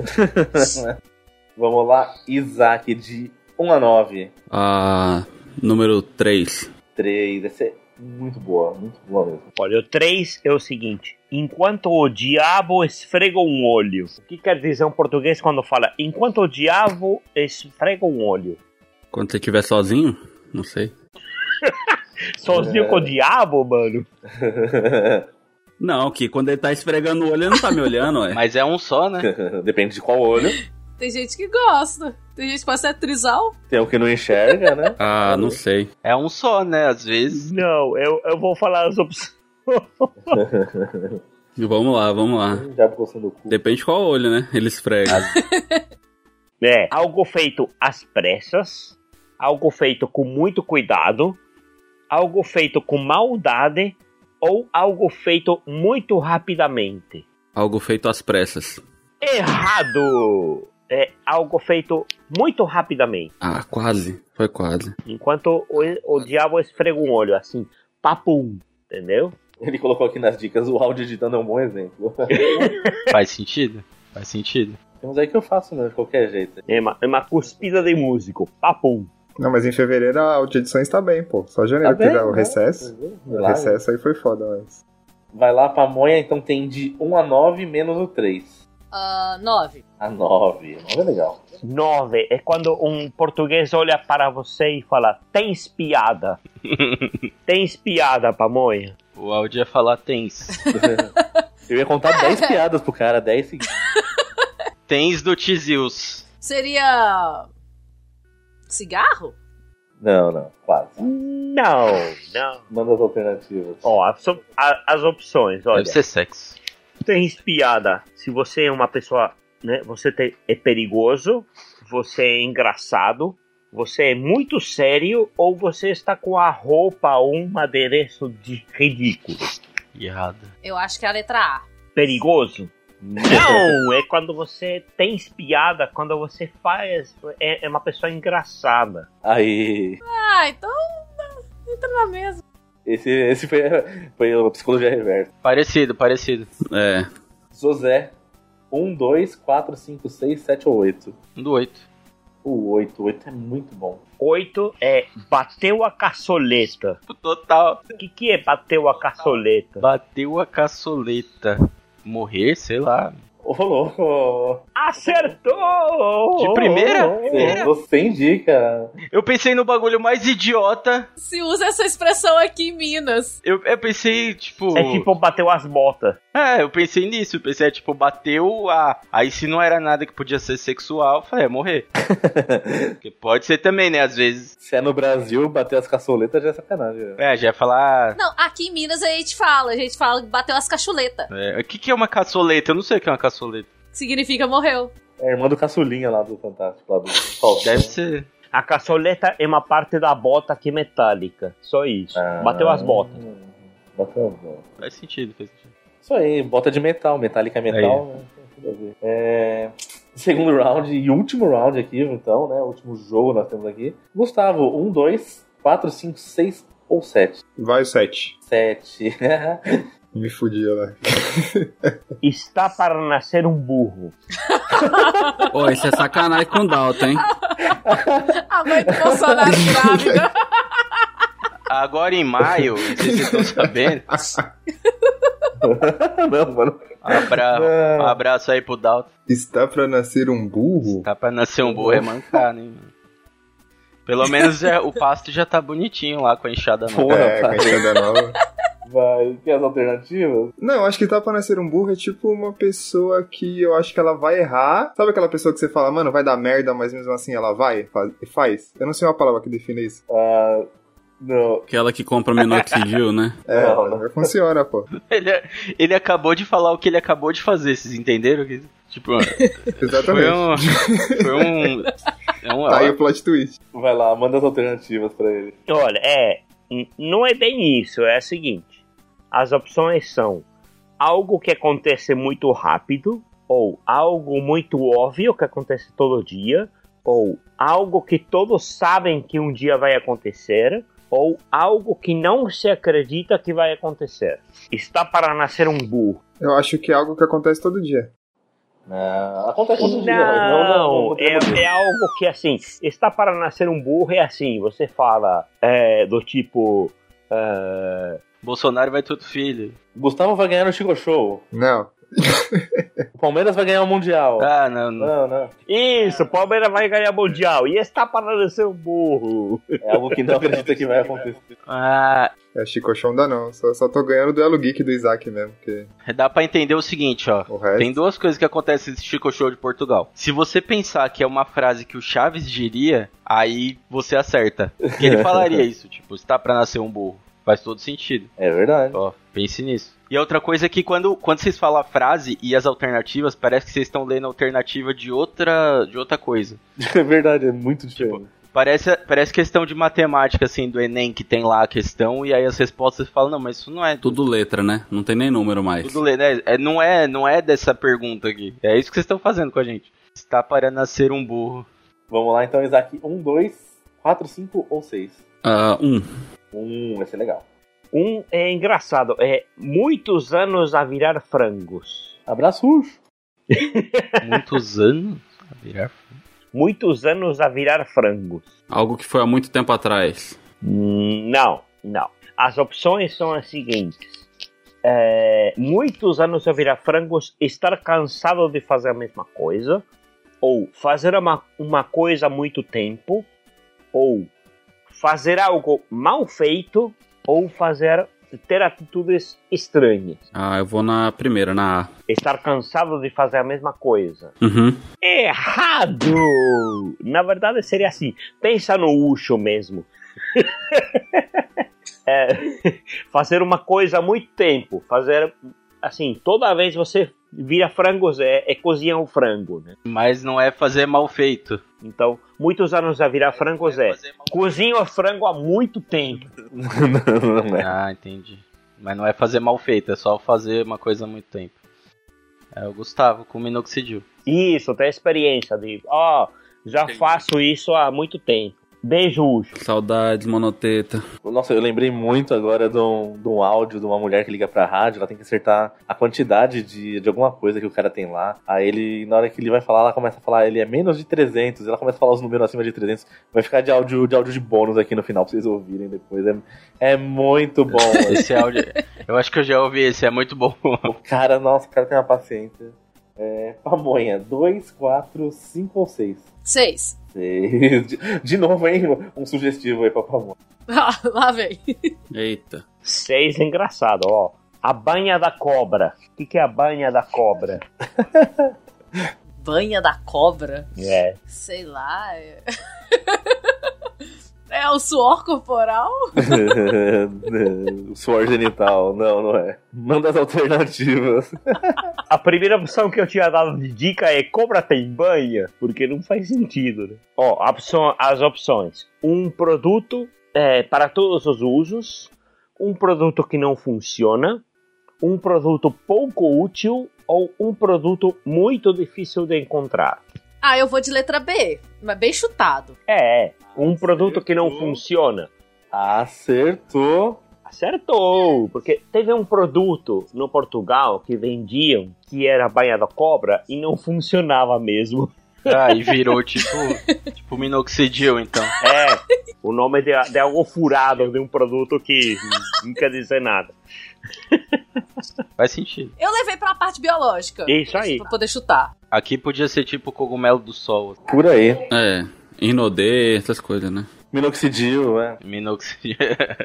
Speaker 4: Vamos lá, Isaac, de 1 a 9.
Speaker 3: Número 3.
Speaker 4: 3, essa é muito boa mesmo.
Speaker 5: Olha, o 3 é o seguinte. Enquanto o diabo esfrega um olho. O que quer dizer em português quando fala enquanto o diabo esfrega um olho?
Speaker 3: Quando você estiver sozinho? Não sei.
Speaker 5: Sozinho com o diabo, mano?
Speaker 3: Não, que quando ele tá esfregando o olho, ele não tá me olhando, ué.
Speaker 2: Mas é um só, né?
Speaker 4: Depende de qual olho.
Speaker 7: Tem gente que gosta. Tem gente que pode ser trisal.
Speaker 4: Tem o que não enxerga, né?
Speaker 3: Não sei.
Speaker 2: É um só, né? Às vezes.
Speaker 5: Não, eu vou falar as opções.
Speaker 3: Vamos lá.
Speaker 4: Já coçando o cu.
Speaker 3: Depende qual olho, né? Ele esfrega.
Speaker 5: Algo feito às pressas, algo feito com muito cuidado, algo feito com maldade ou algo feito muito rapidamente.
Speaker 3: Algo feito às pressas.
Speaker 5: Errado! É algo feito muito rapidamente.
Speaker 3: Ah, quase. Foi quase.
Speaker 5: Enquanto o diabo esfrega um olho assim, papum, entendeu?
Speaker 4: Ele colocou aqui nas dicas, o áudio editando é um bom exemplo.
Speaker 2: Faz sentido.
Speaker 4: Temos aí que eu faço, né? De qualquer jeito.
Speaker 5: É uma cuspida de músico, papum.
Speaker 6: Não, mas em fevereiro a audição está bem, pô. Só janeiro teve o recesso. O recesso aí foi foda, mas...
Speaker 4: Vai lá, Pamonha, então tem de 1 a 9 menos o 3.
Speaker 7: 9.
Speaker 4: A 9. 9 é legal.
Speaker 5: 9 é quando um português olha para você e fala, tens piada. Tens piada, Pamonha.
Speaker 2: O áudio ia falar tens.
Speaker 4: Eu ia contar 10 piadas pro cara, 10 seguidas.
Speaker 2: Tens do Tizius.
Speaker 7: Seria... cigarro?
Speaker 4: Não, quase.
Speaker 5: Não.
Speaker 4: Manda as alternativas.
Speaker 5: Ó, as opções, olha.
Speaker 2: Deve ser sexo.
Speaker 5: Tens piada se você é uma pessoa, né? Você é perigoso, você é engraçado, você é muito sério ou você está com a roupa ou um adereço de ridículo.
Speaker 2: Errado.
Speaker 7: Eu acho que é a letra A.
Speaker 5: Perigoso? Não, é quando você tem piada, quando você faz, é uma pessoa engraçada.
Speaker 4: Aí.
Speaker 7: Ah, então entra na mesa.
Speaker 4: Esse foi a psicologia reversa.
Speaker 2: Parecido.
Speaker 3: É.
Speaker 4: José, 1, 2, 4, 5, 6, 7 ou 8?
Speaker 2: Um do 8.
Speaker 4: O 8 é muito bom.
Speaker 5: 8 é bateu a caçoleta.
Speaker 2: Total.
Speaker 5: O que é bateu a caçoleta?
Speaker 2: Bateu a caçoleta. Morrer, sei lá.
Speaker 4: Ô, louco!
Speaker 5: Acertou!
Speaker 2: De primeira?
Speaker 4: Você indica.
Speaker 2: Eu pensei no bagulho mais idiota.
Speaker 7: Se usa essa expressão aqui em Minas.
Speaker 2: Eu pensei, tipo...
Speaker 5: É tipo bateu as botas.
Speaker 2: Eu pensei nisso. Eu pensei, tipo, bateu a... Aí se não era nada que podia ser sexual, eu falei, morrer. Porque pode ser também, né, às vezes.
Speaker 4: Se é no Brasil, bater as caçoletas já é sacanagem.
Speaker 2: Já ia falar...
Speaker 7: Não, aqui em Minas a gente fala bateu as cachuletas.
Speaker 2: O que é uma caçoleta? Eu não sei o que é uma caçoleta.
Speaker 7: Significa morreu.
Speaker 4: É a irmã do caçulinha lá do Fantástico, lá do Sol.
Speaker 2: Deve ser.
Speaker 5: A caçoleta é uma parte da bota que é metálica. Só isso. Bateu as botas.
Speaker 4: Bateu as botas.
Speaker 2: Faz sentido.
Speaker 4: Isso aí, bota de metal. Metálica é metal, né? Tudo a ver. Segundo round e último round aqui, então, né? O último jogo nós temos aqui. Gustavo, 1, 2, 4, 5, 6 ou 7?
Speaker 6: Vai o 7.
Speaker 4: 7.
Speaker 6: Me fudia lá.
Speaker 5: Está para nascer um burro.
Speaker 3: Pô, isso é sacanagem com o Dalton, hein?
Speaker 7: A mãe do Bolsonaro grávida.
Speaker 2: Agora em maio, não sei se vocês estão sabendo.
Speaker 4: Não, mano.
Speaker 2: Um abraço aí pro Dalton.
Speaker 6: Está pra nascer um burro?
Speaker 2: Está pra nascer um burro é mancado, hein, mano. Pelo menos o pasto já tá bonitinho lá com a enxada nova.
Speaker 6: Com a enxada nova.
Speaker 4: Vai, tem as alternativas?
Speaker 6: Não, eu acho que tá pra nascer um burro é tipo uma pessoa que eu acho que ela vai errar. Sabe aquela pessoa que você fala, mano, vai dar merda, mas mesmo assim ela vai e faz? Eu não sei uma palavra que define isso.
Speaker 4: Não.
Speaker 3: Aquela que compra minoxidil, né?
Speaker 6: Não funciona, pô.
Speaker 2: Ele acabou de falar o que ele acabou de fazer, vocês entenderam? Tipo,
Speaker 6: exatamente.
Speaker 2: Tá
Speaker 6: aí o plot twist.
Speaker 4: Vai lá, manda as alternativas pra ele.
Speaker 5: Olha, não é bem isso, é o seguinte. As opções são algo que acontece muito rápido, ou algo muito óbvio que acontece todo dia, ou algo que todos sabem que um dia vai acontecer, ou algo que não se acredita que vai acontecer. Está para nascer um burro.
Speaker 6: Eu acho que é algo que acontece todo dia.
Speaker 4: Não, acontece todo dia, mas não
Speaker 5: é algo que assim, está para nascer um burro é assim, você fala do tipo
Speaker 2: Bolsonaro vai ter outro filho.
Speaker 4: Gustavo vai ganhar no Chico Show.
Speaker 6: Não.
Speaker 4: O Palmeiras vai ganhar o Mundial.
Speaker 2: Não.
Speaker 5: Isso, o Palmeiras vai ganhar o Mundial. E está para nascer um burro.
Speaker 4: É algo que não acredita que vai acontecer.
Speaker 6: Chico Show não dá não. Só tô ganhando o duelo geek do Isaac mesmo. Porque...
Speaker 2: Dá pra entender o seguinte, ó. Tem duas coisas que acontecem nesse Chico Show de Portugal. Se você pensar que é uma frase que o Chaves diria, aí você acerta. Porque ele falaria isso, tipo, está pra nascer um burro. Faz todo sentido.
Speaker 4: É verdade.
Speaker 2: Ó, Pense nisso. E a outra coisa é que quando vocês falam a frase e as alternativas, parece que vocês estão lendo a alternativa de outra coisa.
Speaker 4: É verdade, é muito diferente.
Speaker 2: Tipo, parece questão de matemática, assim, do Enem, que tem lá a questão, e aí as respostas falam, não, mas isso não é...
Speaker 3: Tudo letra, né? Não tem nem número mais.
Speaker 2: Tudo letra, né? Não é dessa pergunta aqui. É isso que vocês estão fazendo com a gente. Está para nascer um burro.
Speaker 4: Vamos lá, então, Isaac. 1, 2, 4, 5 ou 6?
Speaker 3: 1.
Speaker 4: 1, vai ser legal.
Speaker 5: 1 é engraçado. É muitos anos a virar frangos.
Speaker 4: Abraços.
Speaker 2: Muitos anos a virar frangos?
Speaker 5: Muitos anos a virar frangos.
Speaker 3: Algo que foi há muito tempo atrás.
Speaker 5: Não. As opções são as seguintes. Muitos anos a virar frangos, estar cansado de fazer a mesma coisa, ou fazer uma coisa há muito tempo, ou fazer algo mal feito, ou ter atitudes estranhas.
Speaker 3: Eu vou na primeira, na A.
Speaker 5: Estar cansado de fazer a mesma coisa.
Speaker 3: Uhum.
Speaker 5: Errado! Na verdade seria assim, pensa no Ucho mesmo. Fazer uma coisa há muito tempo, fazer assim, toda vez você vira frangos, cozinhar o frango, né?
Speaker 2: Mas não é fazer mal feito.
Speaker 5: Então, muitos anos a virar frangos cozinha o frango há muito tempo.
Speaker 4: Não é.
Speaker 2: Ah, entendi. Mas não é fazer mal feito, é só fazer uma coisa há muito tempo. É o Gustavo com minoxidil.
Speaker 5: Isso, tem experiência de, já faço isso há muito tempo. Beijo, Ucho.
Speaker 3: Saudades, monoteta.
Speaker 4: Nossa, eu lembrei muito agora de um áudio de uma mulher que liga pra rádio. Ela tem que acertar a quantidade de alguma coisa que o cara tem lá. Aí ele, na hora que ele vai falar, ela começa a falar, ele é menos de 300. Ela começa a falar os números acima de 300. Vai ficar de áudio de bônus aqui no final pra vocês ouvirem depois. É muito bom.
Speaker 2: Esse áudio, eu acho que eu já ouvi esse, é muito bom.
Speaker 4: O cara tem uma paciência. Pamonha, 2, 4, 5 ou 6?
Speaker 7: 6.
Speaker 4: De novo, hein? Um sugestivo aí pra Pamonha.
Speaker 7: Lá vem.
Speaker 3: Eita.
Speaker 5: 6 é engraçado, ó. A banha da cobra. O que é a banha da cobra?
Speaker 7: Banha da cobra?
Speaker 5: Sei
Speaker 7: lá. É o suor corporal?
Speaker 4: O suor genital. Não é. Manda as alternativas.
Speaker 5: A primeira opção que eu tinha dado de dica é cobra tem banha, porque não faz sentido, né? Ó, as opções. Um produto para todos os usos, um produto que não funciona, um produto pouco útil ou um produto muito difícil de encontrar.
Speaker 7: Eu vou de letra B, mas bem chutado.
Speaker 5: Um produto que não funciona.
Speaker 4: Acertou,
Speaker 5: porque teve um produto no Portugal que vendiam que era a banha da cobra e não funcionava mesmo.
Speaker 2: E virou tipo minoxidil, então.
Speaker 5: O nome de algo furado de um produto que não quer dizer nada.
Speaker 2: Faz sentido.
Speaker 7: Eu levei pra parte biológica.
Speaker 5: Isso aí.
Speaker 7: Pra poder chutar.
Speaker 2: Aqui podia ser tipo cogumelo do sol.
Speaker 4: Por aí.
Speaker 3: Inodê, essas coisas, né?
Speaker 4: Minoxidil,
Speaker 2: Minoxidil.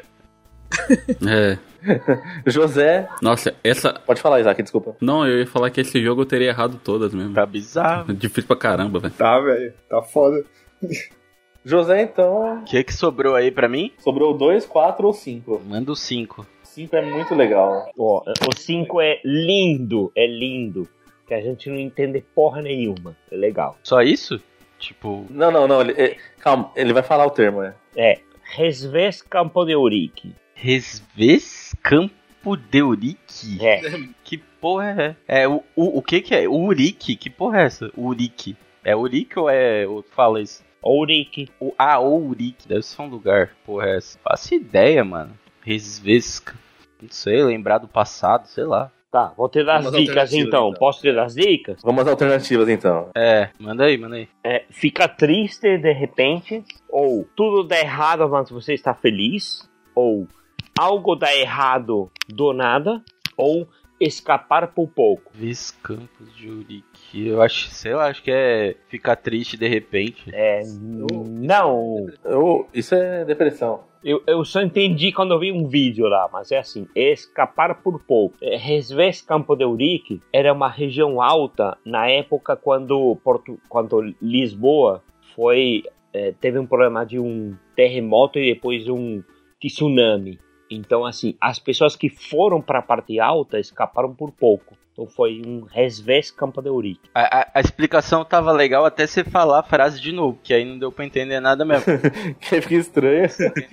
Speaker 4: José.
Speaker 3: Nossa, essa...
Speaker 4: Pode falar, Isaac, desculpa.
Speaker 3: Não, eu ia falar que esse jogo eu teria errado todas mesmo.
Speaker 2: Tá bizarro.
Speaker 3: Difícil pra caramba, velho.
Speaker 6: Tá, velho. Tá foda.
Speaker 4: José, então...
Speaker 2: O que sobrou aí pra mim?
Speaker 4: Sobrou 2, 4 ou 5?
Speaker 2: Manda o 5.
Speaker 4: 5 é muito legal.
Speaker 5: O 5 é lindo. Que a gente não entende porra nenhuma. É legal.
Speaker 2: Só isso? Tipo...
Speaker 4: Não. Calma, ele vai falar o termo,
Speaker 5: Resvés Campo de Ourique.
Speaker 2: Resvés Campo de Ourique? Que porra é? O que é? O Ourique? Que porra é essa? Ourique. É Ourique ou é... Fala isso.
Speaker 5: Ourique.
Speaker 2: Ourique. Deve ser um lugar. Porra é essa? Faço ideia, mano. Resvesca. Não sei, lembrar do passado, sei lá.
Speaker 5: Tá, vou te dar as dicas então. Posso te dar as dicas?
Speaker 4: Vamos às alternativas então.
Speaker 2: Manda aí.
Speaker 5: Fica triste de repente, ou tudo dá errado mas você está feliz, ou algo dá errado do nada, ou escapar por pouco.
Speaker 2: Campos de Ourique. Eu acho, acho que é ficar triste de repente.
Speaker 5: Não.
Speaker 4: Isso é depressão.
Speaker 5: Eu só entendi quando eu vi um vídeo lá, mas é assim, escapar por pouco. Resvés Campo de Ourique era uma região alta na época quando Lisboa teve um problema de um terremoto e depois um tsunami. Então, assim, as pessoas que foram para a parte alta escaparam por pouco. Então foi um resvés Campo de Ourique.
Speaker 2: A explicação tava legal até você falar a frase de novo, que aí não deu pra entender nada mesmo.
Speaker 4: Que fica estranho.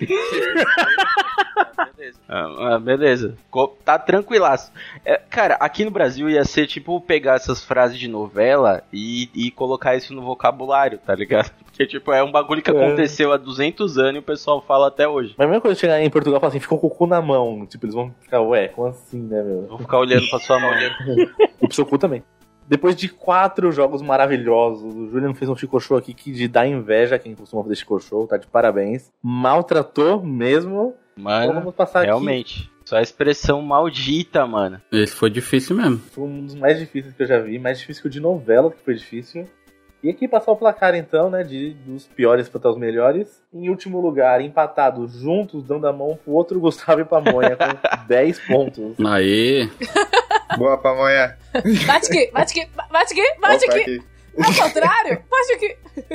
Speaker 2: Beleza. Tá tranquilaço. Cara, aqui no Brasil ia ser tipo pegar essas frases de novela e colocar isso no vocabulário, tá ligado? Porque tipo, é um bagulho que aconteceu há 200 anos e o pessoal fala até hoje.
Speaker 4: Mas a mesma coisa de chegar em Portugal e falar assim, ficou com o cu na mão. Tipo, eles vão ficar, ué, como assim, né, meu?
Speaker 2: Vou ficar olhando pra sua mão.
Speaker 4: E pro seu cu também. Depois de 4 jogos maravilhosos, o Julian fez um Chico Show aqui que de dar inveja a quem costuma fazer Chico Show, tá de parabéns. Maltratou mesmo.
Speaker 2: Mano,
Speaker 4: então vamos passar
Speaker 2: realmente. Aqui. Só a expressão maldita, mano.
Speaker 3: Esse foi difícil mesmo.
Speaker 4: Foi um dos mais difíceis que eu já vi, mais difícil que o de novela, que foi difícil. E aqui passar o placar então, né, dos piores para os melhores. Em último lugar, empatados juntos, dando a mão pro outro Gustavo e Pamonha, com 10 pontos.
Speaker 3: Aê!
Speaker 6: Boa, Pamonha.
Speaker 7: Bate aqui, bate aqui, bate aqui, bate aqui. Ao contrário, bate aqui.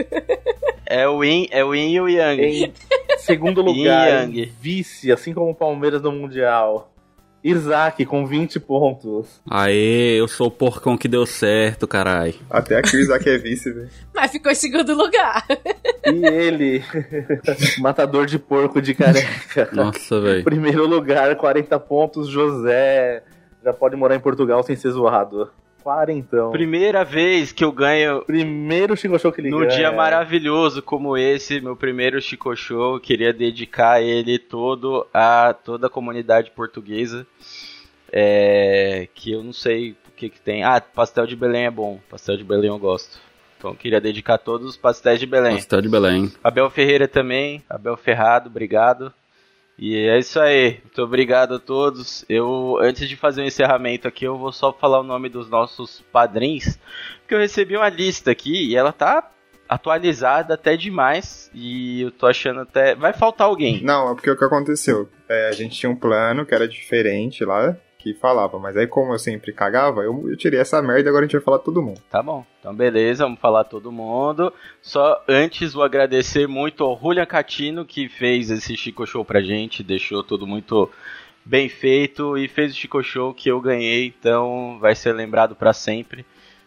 Speaker 2: É o Yin e o Yang.
Speaker 4: Em segundo lugar, vice, assim como o Palmeiras no Mundial. Isaac com 20 pontos.
Speaker 3: Aê, eu sou o porcão que deu certo, carai.
Speaker 6: Até aqui o Isaac é vice, velho.
Speaker 7: Mas ficou em segundo lugar.
Speaker 4: E ele, matador de porco de careca.
Speaker 3: Nossa, velho.
Speaker 4: Primeiro lugar, 40 pontos, José. Já pode morar em Portugal sem ser zoado. 40.
Speaker 2: Primeira vez que eu ganho.
Speaker 4: Primeiro Chico Show que ele ganha.
Speaker 2: Num dia maravilhoso como esse, meu primeiro Chico Show, queria dedicar ele todo a toda a comunidade portuguesa. Que eu não sei o que tem. Ah, pastel de Belém é bom. Pastel de Belém eu gosto. Então eu queria dedicar todos os pastéis de Belém.
Speaker 3: Pastel de Belém.
Speaker 2: Abel Ferreira também. Abel Ferrado, obrigado. E é isso aí, muito obrigado a todos. Antes de fazer o encerramento aqui, eu vou só falar o nome dos nossos padrinhos, porque eu recebi uma lista aqui e ela tá atualizada até demais, e eu tô achando até... vai faltar alguém.
Speaker 6: Não, é porque o que aconteceu, a gente tinha um plano que era diferente lá, que falava, mas aí como eu sempre cagava, eu tirei essa merda e agora a gente vai falar todo mundo.
Speaker 2: Tá bom, então beleza, vamos falar todo mundo. Só antes vou agradecer muito ao Julian Catino, que fez esse Chico Show pra gente, deixou tudo muito bem feito e fez o Chico Show que eu ganhei, então vai ser lembrado pra sempre.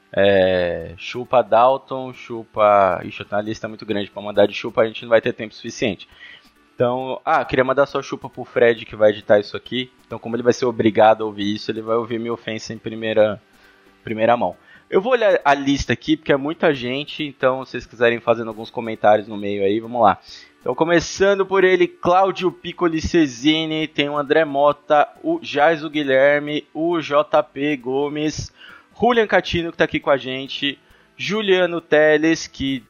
Speaker 2: Chupa Dalton, chupa... Ixi, eu tenho uma lista muito grande pra mandar de chupa, a gente não vai ter tempo suficiente. Então, queria mandar só chupa pro Fred que vai editar isso aqui. Então, como ele vai ser obrigado a ouvir isso, ele vai ouvir minha ofensa em primeira mão. Eu vou olhar a lista aqui, porque é muita gente, então se vocês quiserem fazendo alguns comentários no meio aí, vamos lá. Então, começando por ele, Cláudio Piccoli Cesini, tem o André Mota, o Jaiso Guilherme, o JP Gomes, Julian Catino, que tá aqui com a gente, Juliano Teles, que...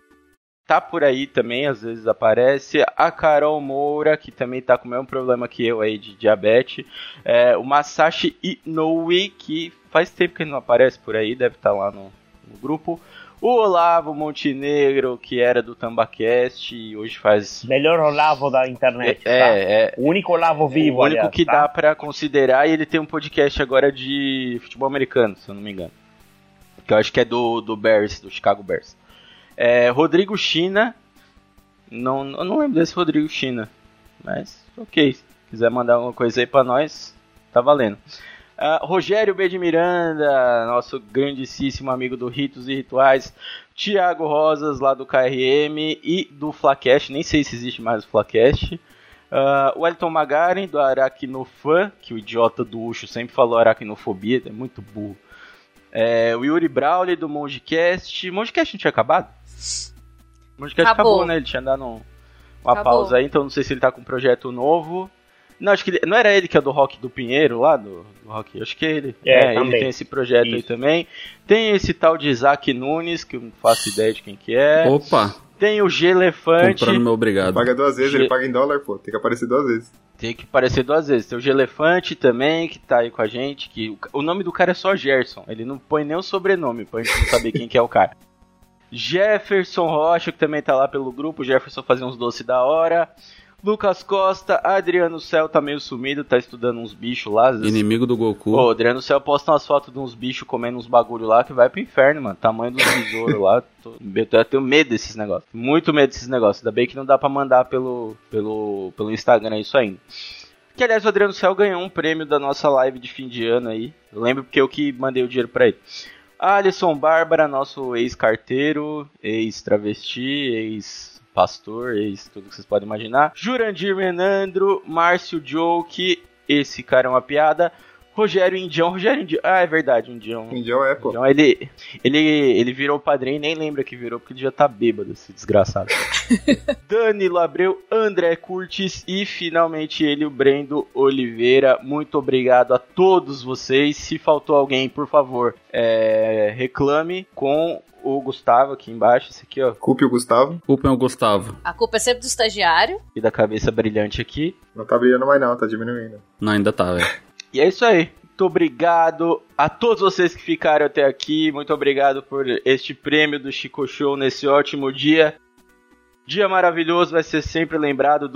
Speaker 2: tá por aí também, às vezes aparece. A Carol Moura, que também tá com o mesmo problema que eu aí de diabetes. O Masashi Inoue, que faz tempo que ele não aparece por aí, deve estar lá no grupo. O Olavo Montenegro, que era do Tambacast e hoje faz...
Speaker 5: melhor Olavo da internet, tá? O único Olavo vivo,
Speaker 2: o único
Speaker 5: aliás,
Speaker 2: que
Speaker 5: tá?
Speaker 2: dá pra considerar, e ele tem um podcast agora de futebol americano, se eu não me engano. Que eu acho que é do Bears, do Chicago Bears. Rodrigo China, eu não lembro desse Rodrigo China, mas ok, se quiser mandar alguma coisa aí pra nós, tá valendo. Rogério B. de Miranda, nosso grandíssimo amigo do Ritos e Rituais, Thiago Rosas lá do KRM e do Flacast, nem sei se existe mais o Flacast, o Elton Magaren do Aracnofan, que o idiota do Ucho sempre falou aracnofobia, é muito burro. O Yuri Brawley do Mongecast. Mongecast não tinha acabado? Mongecast acabou, né? Ele tinha dado uma pausa aí, então não sei se ele tá com um projeto novo. Não, acho que não era ele que é do Rock do Pinheiro lá, do Rock? Acho que é ele. Ele tem esse projeto aí também. Tem esse tal de Isaac Nunes, que eu não faço ideia de quem que é.
Speaker 3: Opa!
Speaker 2: Tem o Gelefante.
Speaker 3: Comprando meu obrigado.
Speaker 6: Paga 2 vezes, ele paga em dólar, pô. Tem que aparecer 2 vezes.
Speaker 2: Tem que aparecer 2 vezes. Tem o Gelefante também, que tá aí com a gente. Que o nome do cara é só Gerson. Ele não põe nem o sobrenome, pra gente não saber quem que é o cara. Jefferson Rocha, que também tá lá pelo grupo. O Jefferson fazia uns doces da hora. Lucas Costa, Adriano Cel tá meio sumido, tá estudando uns bichos lá.
Speaker 3: Inimigo do Goku.
Speaker 2: Pô, Adriano Cel posta umas fotos de uns bichos comendo uns bagulho lá que vai pro inferno, mano. Tamanho dos besouros lá. Eu tenho medo desses negócios. Muito medo desses negócios. Ainda bem que não dá pra mandar pelo Instagram isso ainda. Que, aliás, o Adriano Cel ganhou um prêmio da nossa live de fim de ano aí. Eu lembro porque eu que mandei o dinheiro pra ele. Alisson Bárbara, nosso ex-carteiro, ex-travesti, ex-pastor, ex-tudo que vocês podem imaginar. Jurandir Menandro, Márcio Joke, esse cara é uma piada. Rogério Indião. Ah, é verdade, Indião.
Speaker 6: Indião é, pô.
Speaker 2: Indião, ele virou padrinho e nem lembra que virou, porque ele já tá bêbado, esse desgraçado. Danilo Abreu, André Curtis e finalmente ele, o Brendo Oliveira. Muito obrigado a todos vocês. Se faltou alguém, por favor, reclame com o Gustavo aqui embaixo. Esse aqui, ó.
Speaker 6: Culpe o Gustavo.
Speaker 3: Culpem o Gustavo.
Speaker 7: A culpa é sempre do estagiário.
Speaker 2: E da cabeça brilhante aqui.
Speaker 6: Não tá brilhando mais não, tá diminuindo.
Speaker 3: Não, ainda tá, velho.
Speaker 2: E é isso aí. Muito obrigado a todos vocês que ficaram até aqui. Muito obrigado por este prêmio do Chico Show nesse ótimo dia. Dia maravilhoso, vai ser sempre lembrado.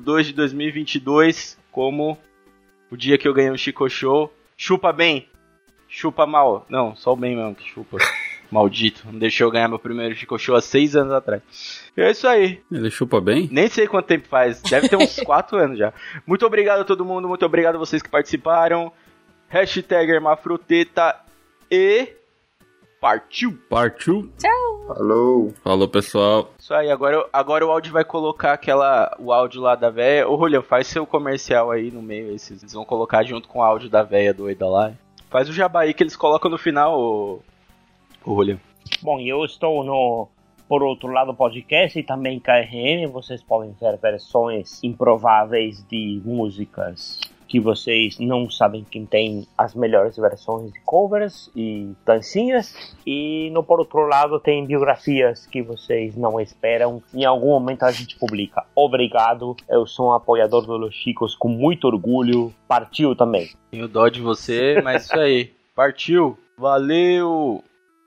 Speaker 2: 12/2/2022, como o dia que eu ganhei o Chico Show. Chupa bem, chupa mal. Não, só o bem mesmo que chupa. Maldito, não deixou eu ganhar meu primeiro Chico Show há 6 anos atrás. É isso aí.
Speaker 3: Ele chupa bem?
Speaker 2: Nem sei quanto tempo faz, deve ter uns 4 anos já. Muito obrigado a todo mundo, muito obrigado a vocês que participaram. Hashtag Hermafroteta e... Partiu!
Speaker 3: Partiu!
Speaker 7: Tchau!
Speaker 6: Falou,
Speaker 3: pessoal.
Speaker 2: Isso aí, agora o áudio vai colocar o áudio lá da véia. Ô, Julião, faz seu comercial aí no meio, eles vão colocar junto com o áudio da véia doida lá. Faz o jabá aí que eles colocam no final, ô Julião.
Speaker 5: Bom, eu estou no Por Outro Lado Podcast e também KRM. Vocês podem ver versões improváveis de músicas que vocês não sabem quem tem as melhores versões de covers e dancinhas. E no Por Outro Lado tem biografias que vocês não esperam. Em algum momento a gente publica. Obrigado, eu sou um apoiador do Los Chicos com muito orgulho. Partiu também.
Speaker 2: Tenho dó de você, mas isso aí. Partiu. Valeu!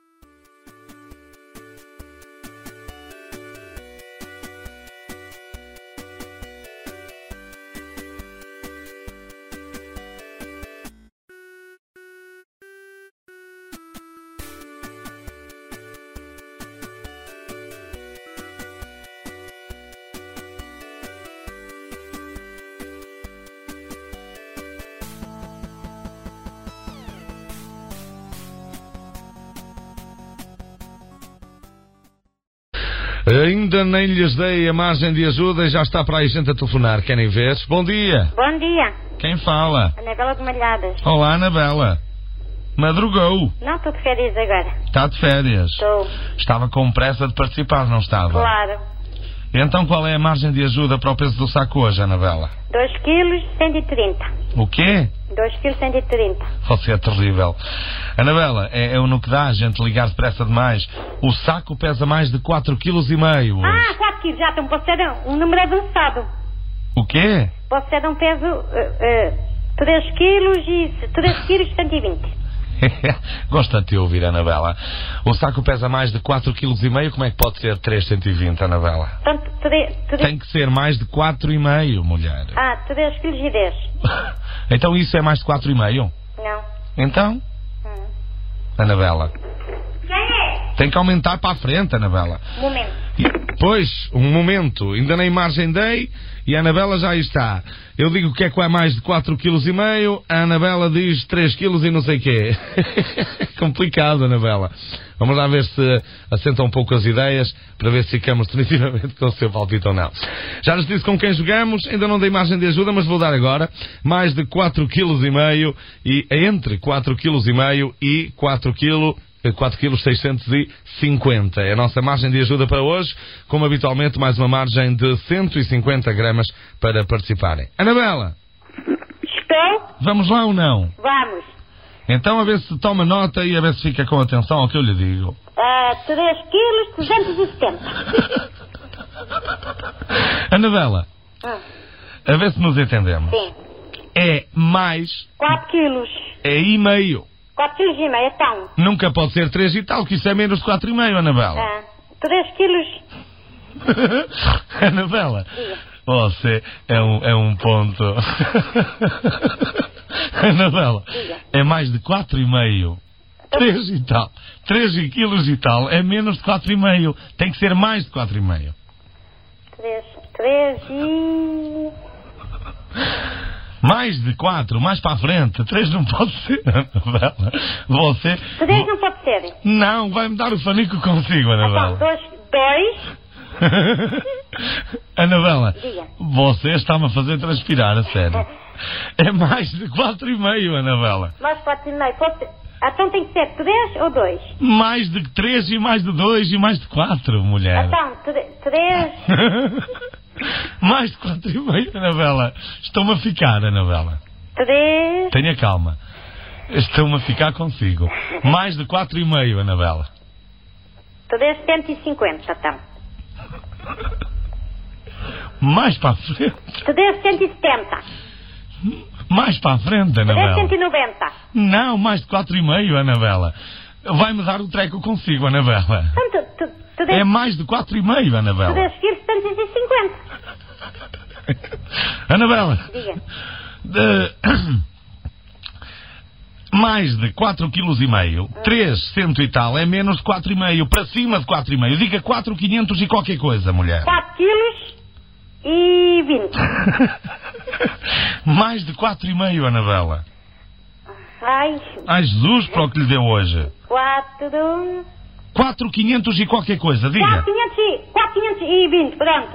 Speaker 13: Ainda nem lhes dei a margem de ajuda e já está para aí gente a telefonar. Querem ver? Bom dia.
Speaker 14: Bom dia.
Speaker 13: Quem fala?
Speaker 14: Anabela de Malhadas.
Speaker 13: Olá, Anabela. Madrugou.
Speaker 14: Não, estou de férias agora.
Speaker 13: Está de férias?
Speaker 14: Estou.
Speaker 13: Estava com pressa de participar, não estava?
Speaker 14: Claro.
Speaker 13: Então qual é a margem de ajuda para o peso do saco hoje, Anabela?
Speaker 14: 2 kg 130.
Speaker 13: O quê?
Speaker 14: 2 kg 130.
Speaker 13: Você é terrível. Anabela, é o no que dá a gente ligar depressa demais. O saco pesa mais de 4,5 kg hoje.
Speaker 14: Ah, 4 kg já, então pode ser um número avançado.
Speaker 13: O quê?
Speaker 14: Pode ser um peso 3 kg e 120.
Speaker 13: Gosto de te ouvir, Anabela. O saco pesa mais de 4,5 kg, como é que pode ser 3,120, Anabela?
Speaker 14: Portanto,
Speaker 13: Tem que ser mais de 4,5, mulher.
Speaker 14: Ah, 3 kg e 10.
Speaker 13: Então isso é mais de 4,5?
Speaker 14: Não.
Speaker 13: Então? Anabela.
Speaker 14: Quem é?
Speaker 13: Tem que aumentar para a frente, Anabela.
Speaker 14: Momento.
Speaker 13: Pois, um momento. Ainda nem margem dei e a Anabela já está. Eu digo que é mais de 4,5 kg, a Anabela diz 3 kg e não sei o quê. Complicado, Anabela. Vamos lá ver se assenta um pouco as ideias para ver se ficamos definitivamente com o seu palpite ou não. Já nos disse com quem jogamos, ainda não dei margem de ajuda, mas vou dar agora. Mais de 4,5 kg e entre 4,5 kg e 4,650 kg. É a nossa margem de ajuda para hoje, como habitualmente mais uma margem de 150 gramas para participarem. Anabela!
Speaker 14: Estou?
Speaker 13: Vamos lá ou não?
Speaker 14: Vamos.
Speaker 13: Então a ver se toma nota e a ver se fica com atenção ao que eu lhe digo.
Speaker 14: 3 kg 370.
Speaker 13: Anabela, a ver se nos entendemos.
Speaker 14: Sim.
Speaker 13: É mais...
Speaker 14: 4 kg.
Speaker 13: É e meio.
Speaker 14: 4,5 kg, então.
Speaker 13: Nunca pode ser 3 e tal, que isso é menos de 4,5, Anabela.
Speaker 14: 3 kg.
Speaker 13: Anabela, você é um ponto. Anabela, é mais de 4,5. 3 e tal. 3 quilos e tal é menos de 4,5. Tem que ser mais de 4,5.
Speaker 14: 3 e...
Speaker 13: Mais de 4, mais para a frente. 3 não pode ser, Anabela. Você...
Speaker 14: 3 não pode ser.
Speaker 13: Não, vai-me dar o fanico consigo, Anabela.
Speaker 14: Então, 2.
Speaker 13: Anabela,
Speaker 14: Diga.
Speaker 13: você está-me a fazer transpirar, a sério. É mais de 4,5, Anabela.
Speaker 14: Mais 4,5. Pode ser. Então tem que ser 3 ou 2?
Speaker 13: Mais de 3 e mais de 2 e mais de 4, mulher.
Speaker 14: Então, 3...
Speaker 13: Mais de 4,5, Anabela. Estou-me a ficar, Anabela.
Speaker 14: 3...
Speaker 13: Tenha calma. Estou-me a ficar consigo. Mais de 4,5, Anabela.
Speaker 14: 350, então.
Speaker 13: Mais para a frente.
Speaker 14: 370.
Speaker 13: Mais para a frente, Anabela.
Speaker 14: 390.
Speaker 13: Não, mais de 4,5, Anabela. Vai-me dar o treco consigo, Anabela.
Speaker 14: Então,
Speaker 13: é mais de 4,5, Anabela.
Speaker 14: 350.
Speaker 13: Anabela.
Speaker 14: Diga.
Speaker 13: Mais de 4,5 kg, 300 e tal, é menos de 4,5, para cima de 4,5. Diga 4,500 e qualquer coisa, mulher.
Speaker 14: 4 quilos e 20.
Speaker 13: Mais de 4,5, Anabela.
Speaker 14: Ai,
Speaker 13: Jesus, para o que lhe deu hoje. 4,500 e qualquer coisa, diga.
Speaker 14: 4,520, pronto.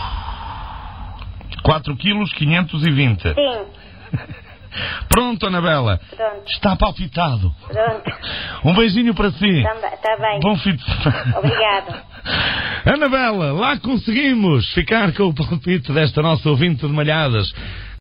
Speaker 13: 4 quilos 520.
Speaker 14: Sim.
Speaker 13: Pronto, Anabela.
Speaker 14: Pronto.
Speaker 13: Está palpitado.
Speaker 14: Pronto.
Speaker 13: Um beijinho para si.
Speaker 14: Está bem.
Speaker 13: Bom fim de semana.
Speaker 14: Obrigada.
Speaker 13: Anabela, lá conseguimos ficar com o palpite desta nossa ouvinte de Malhadas.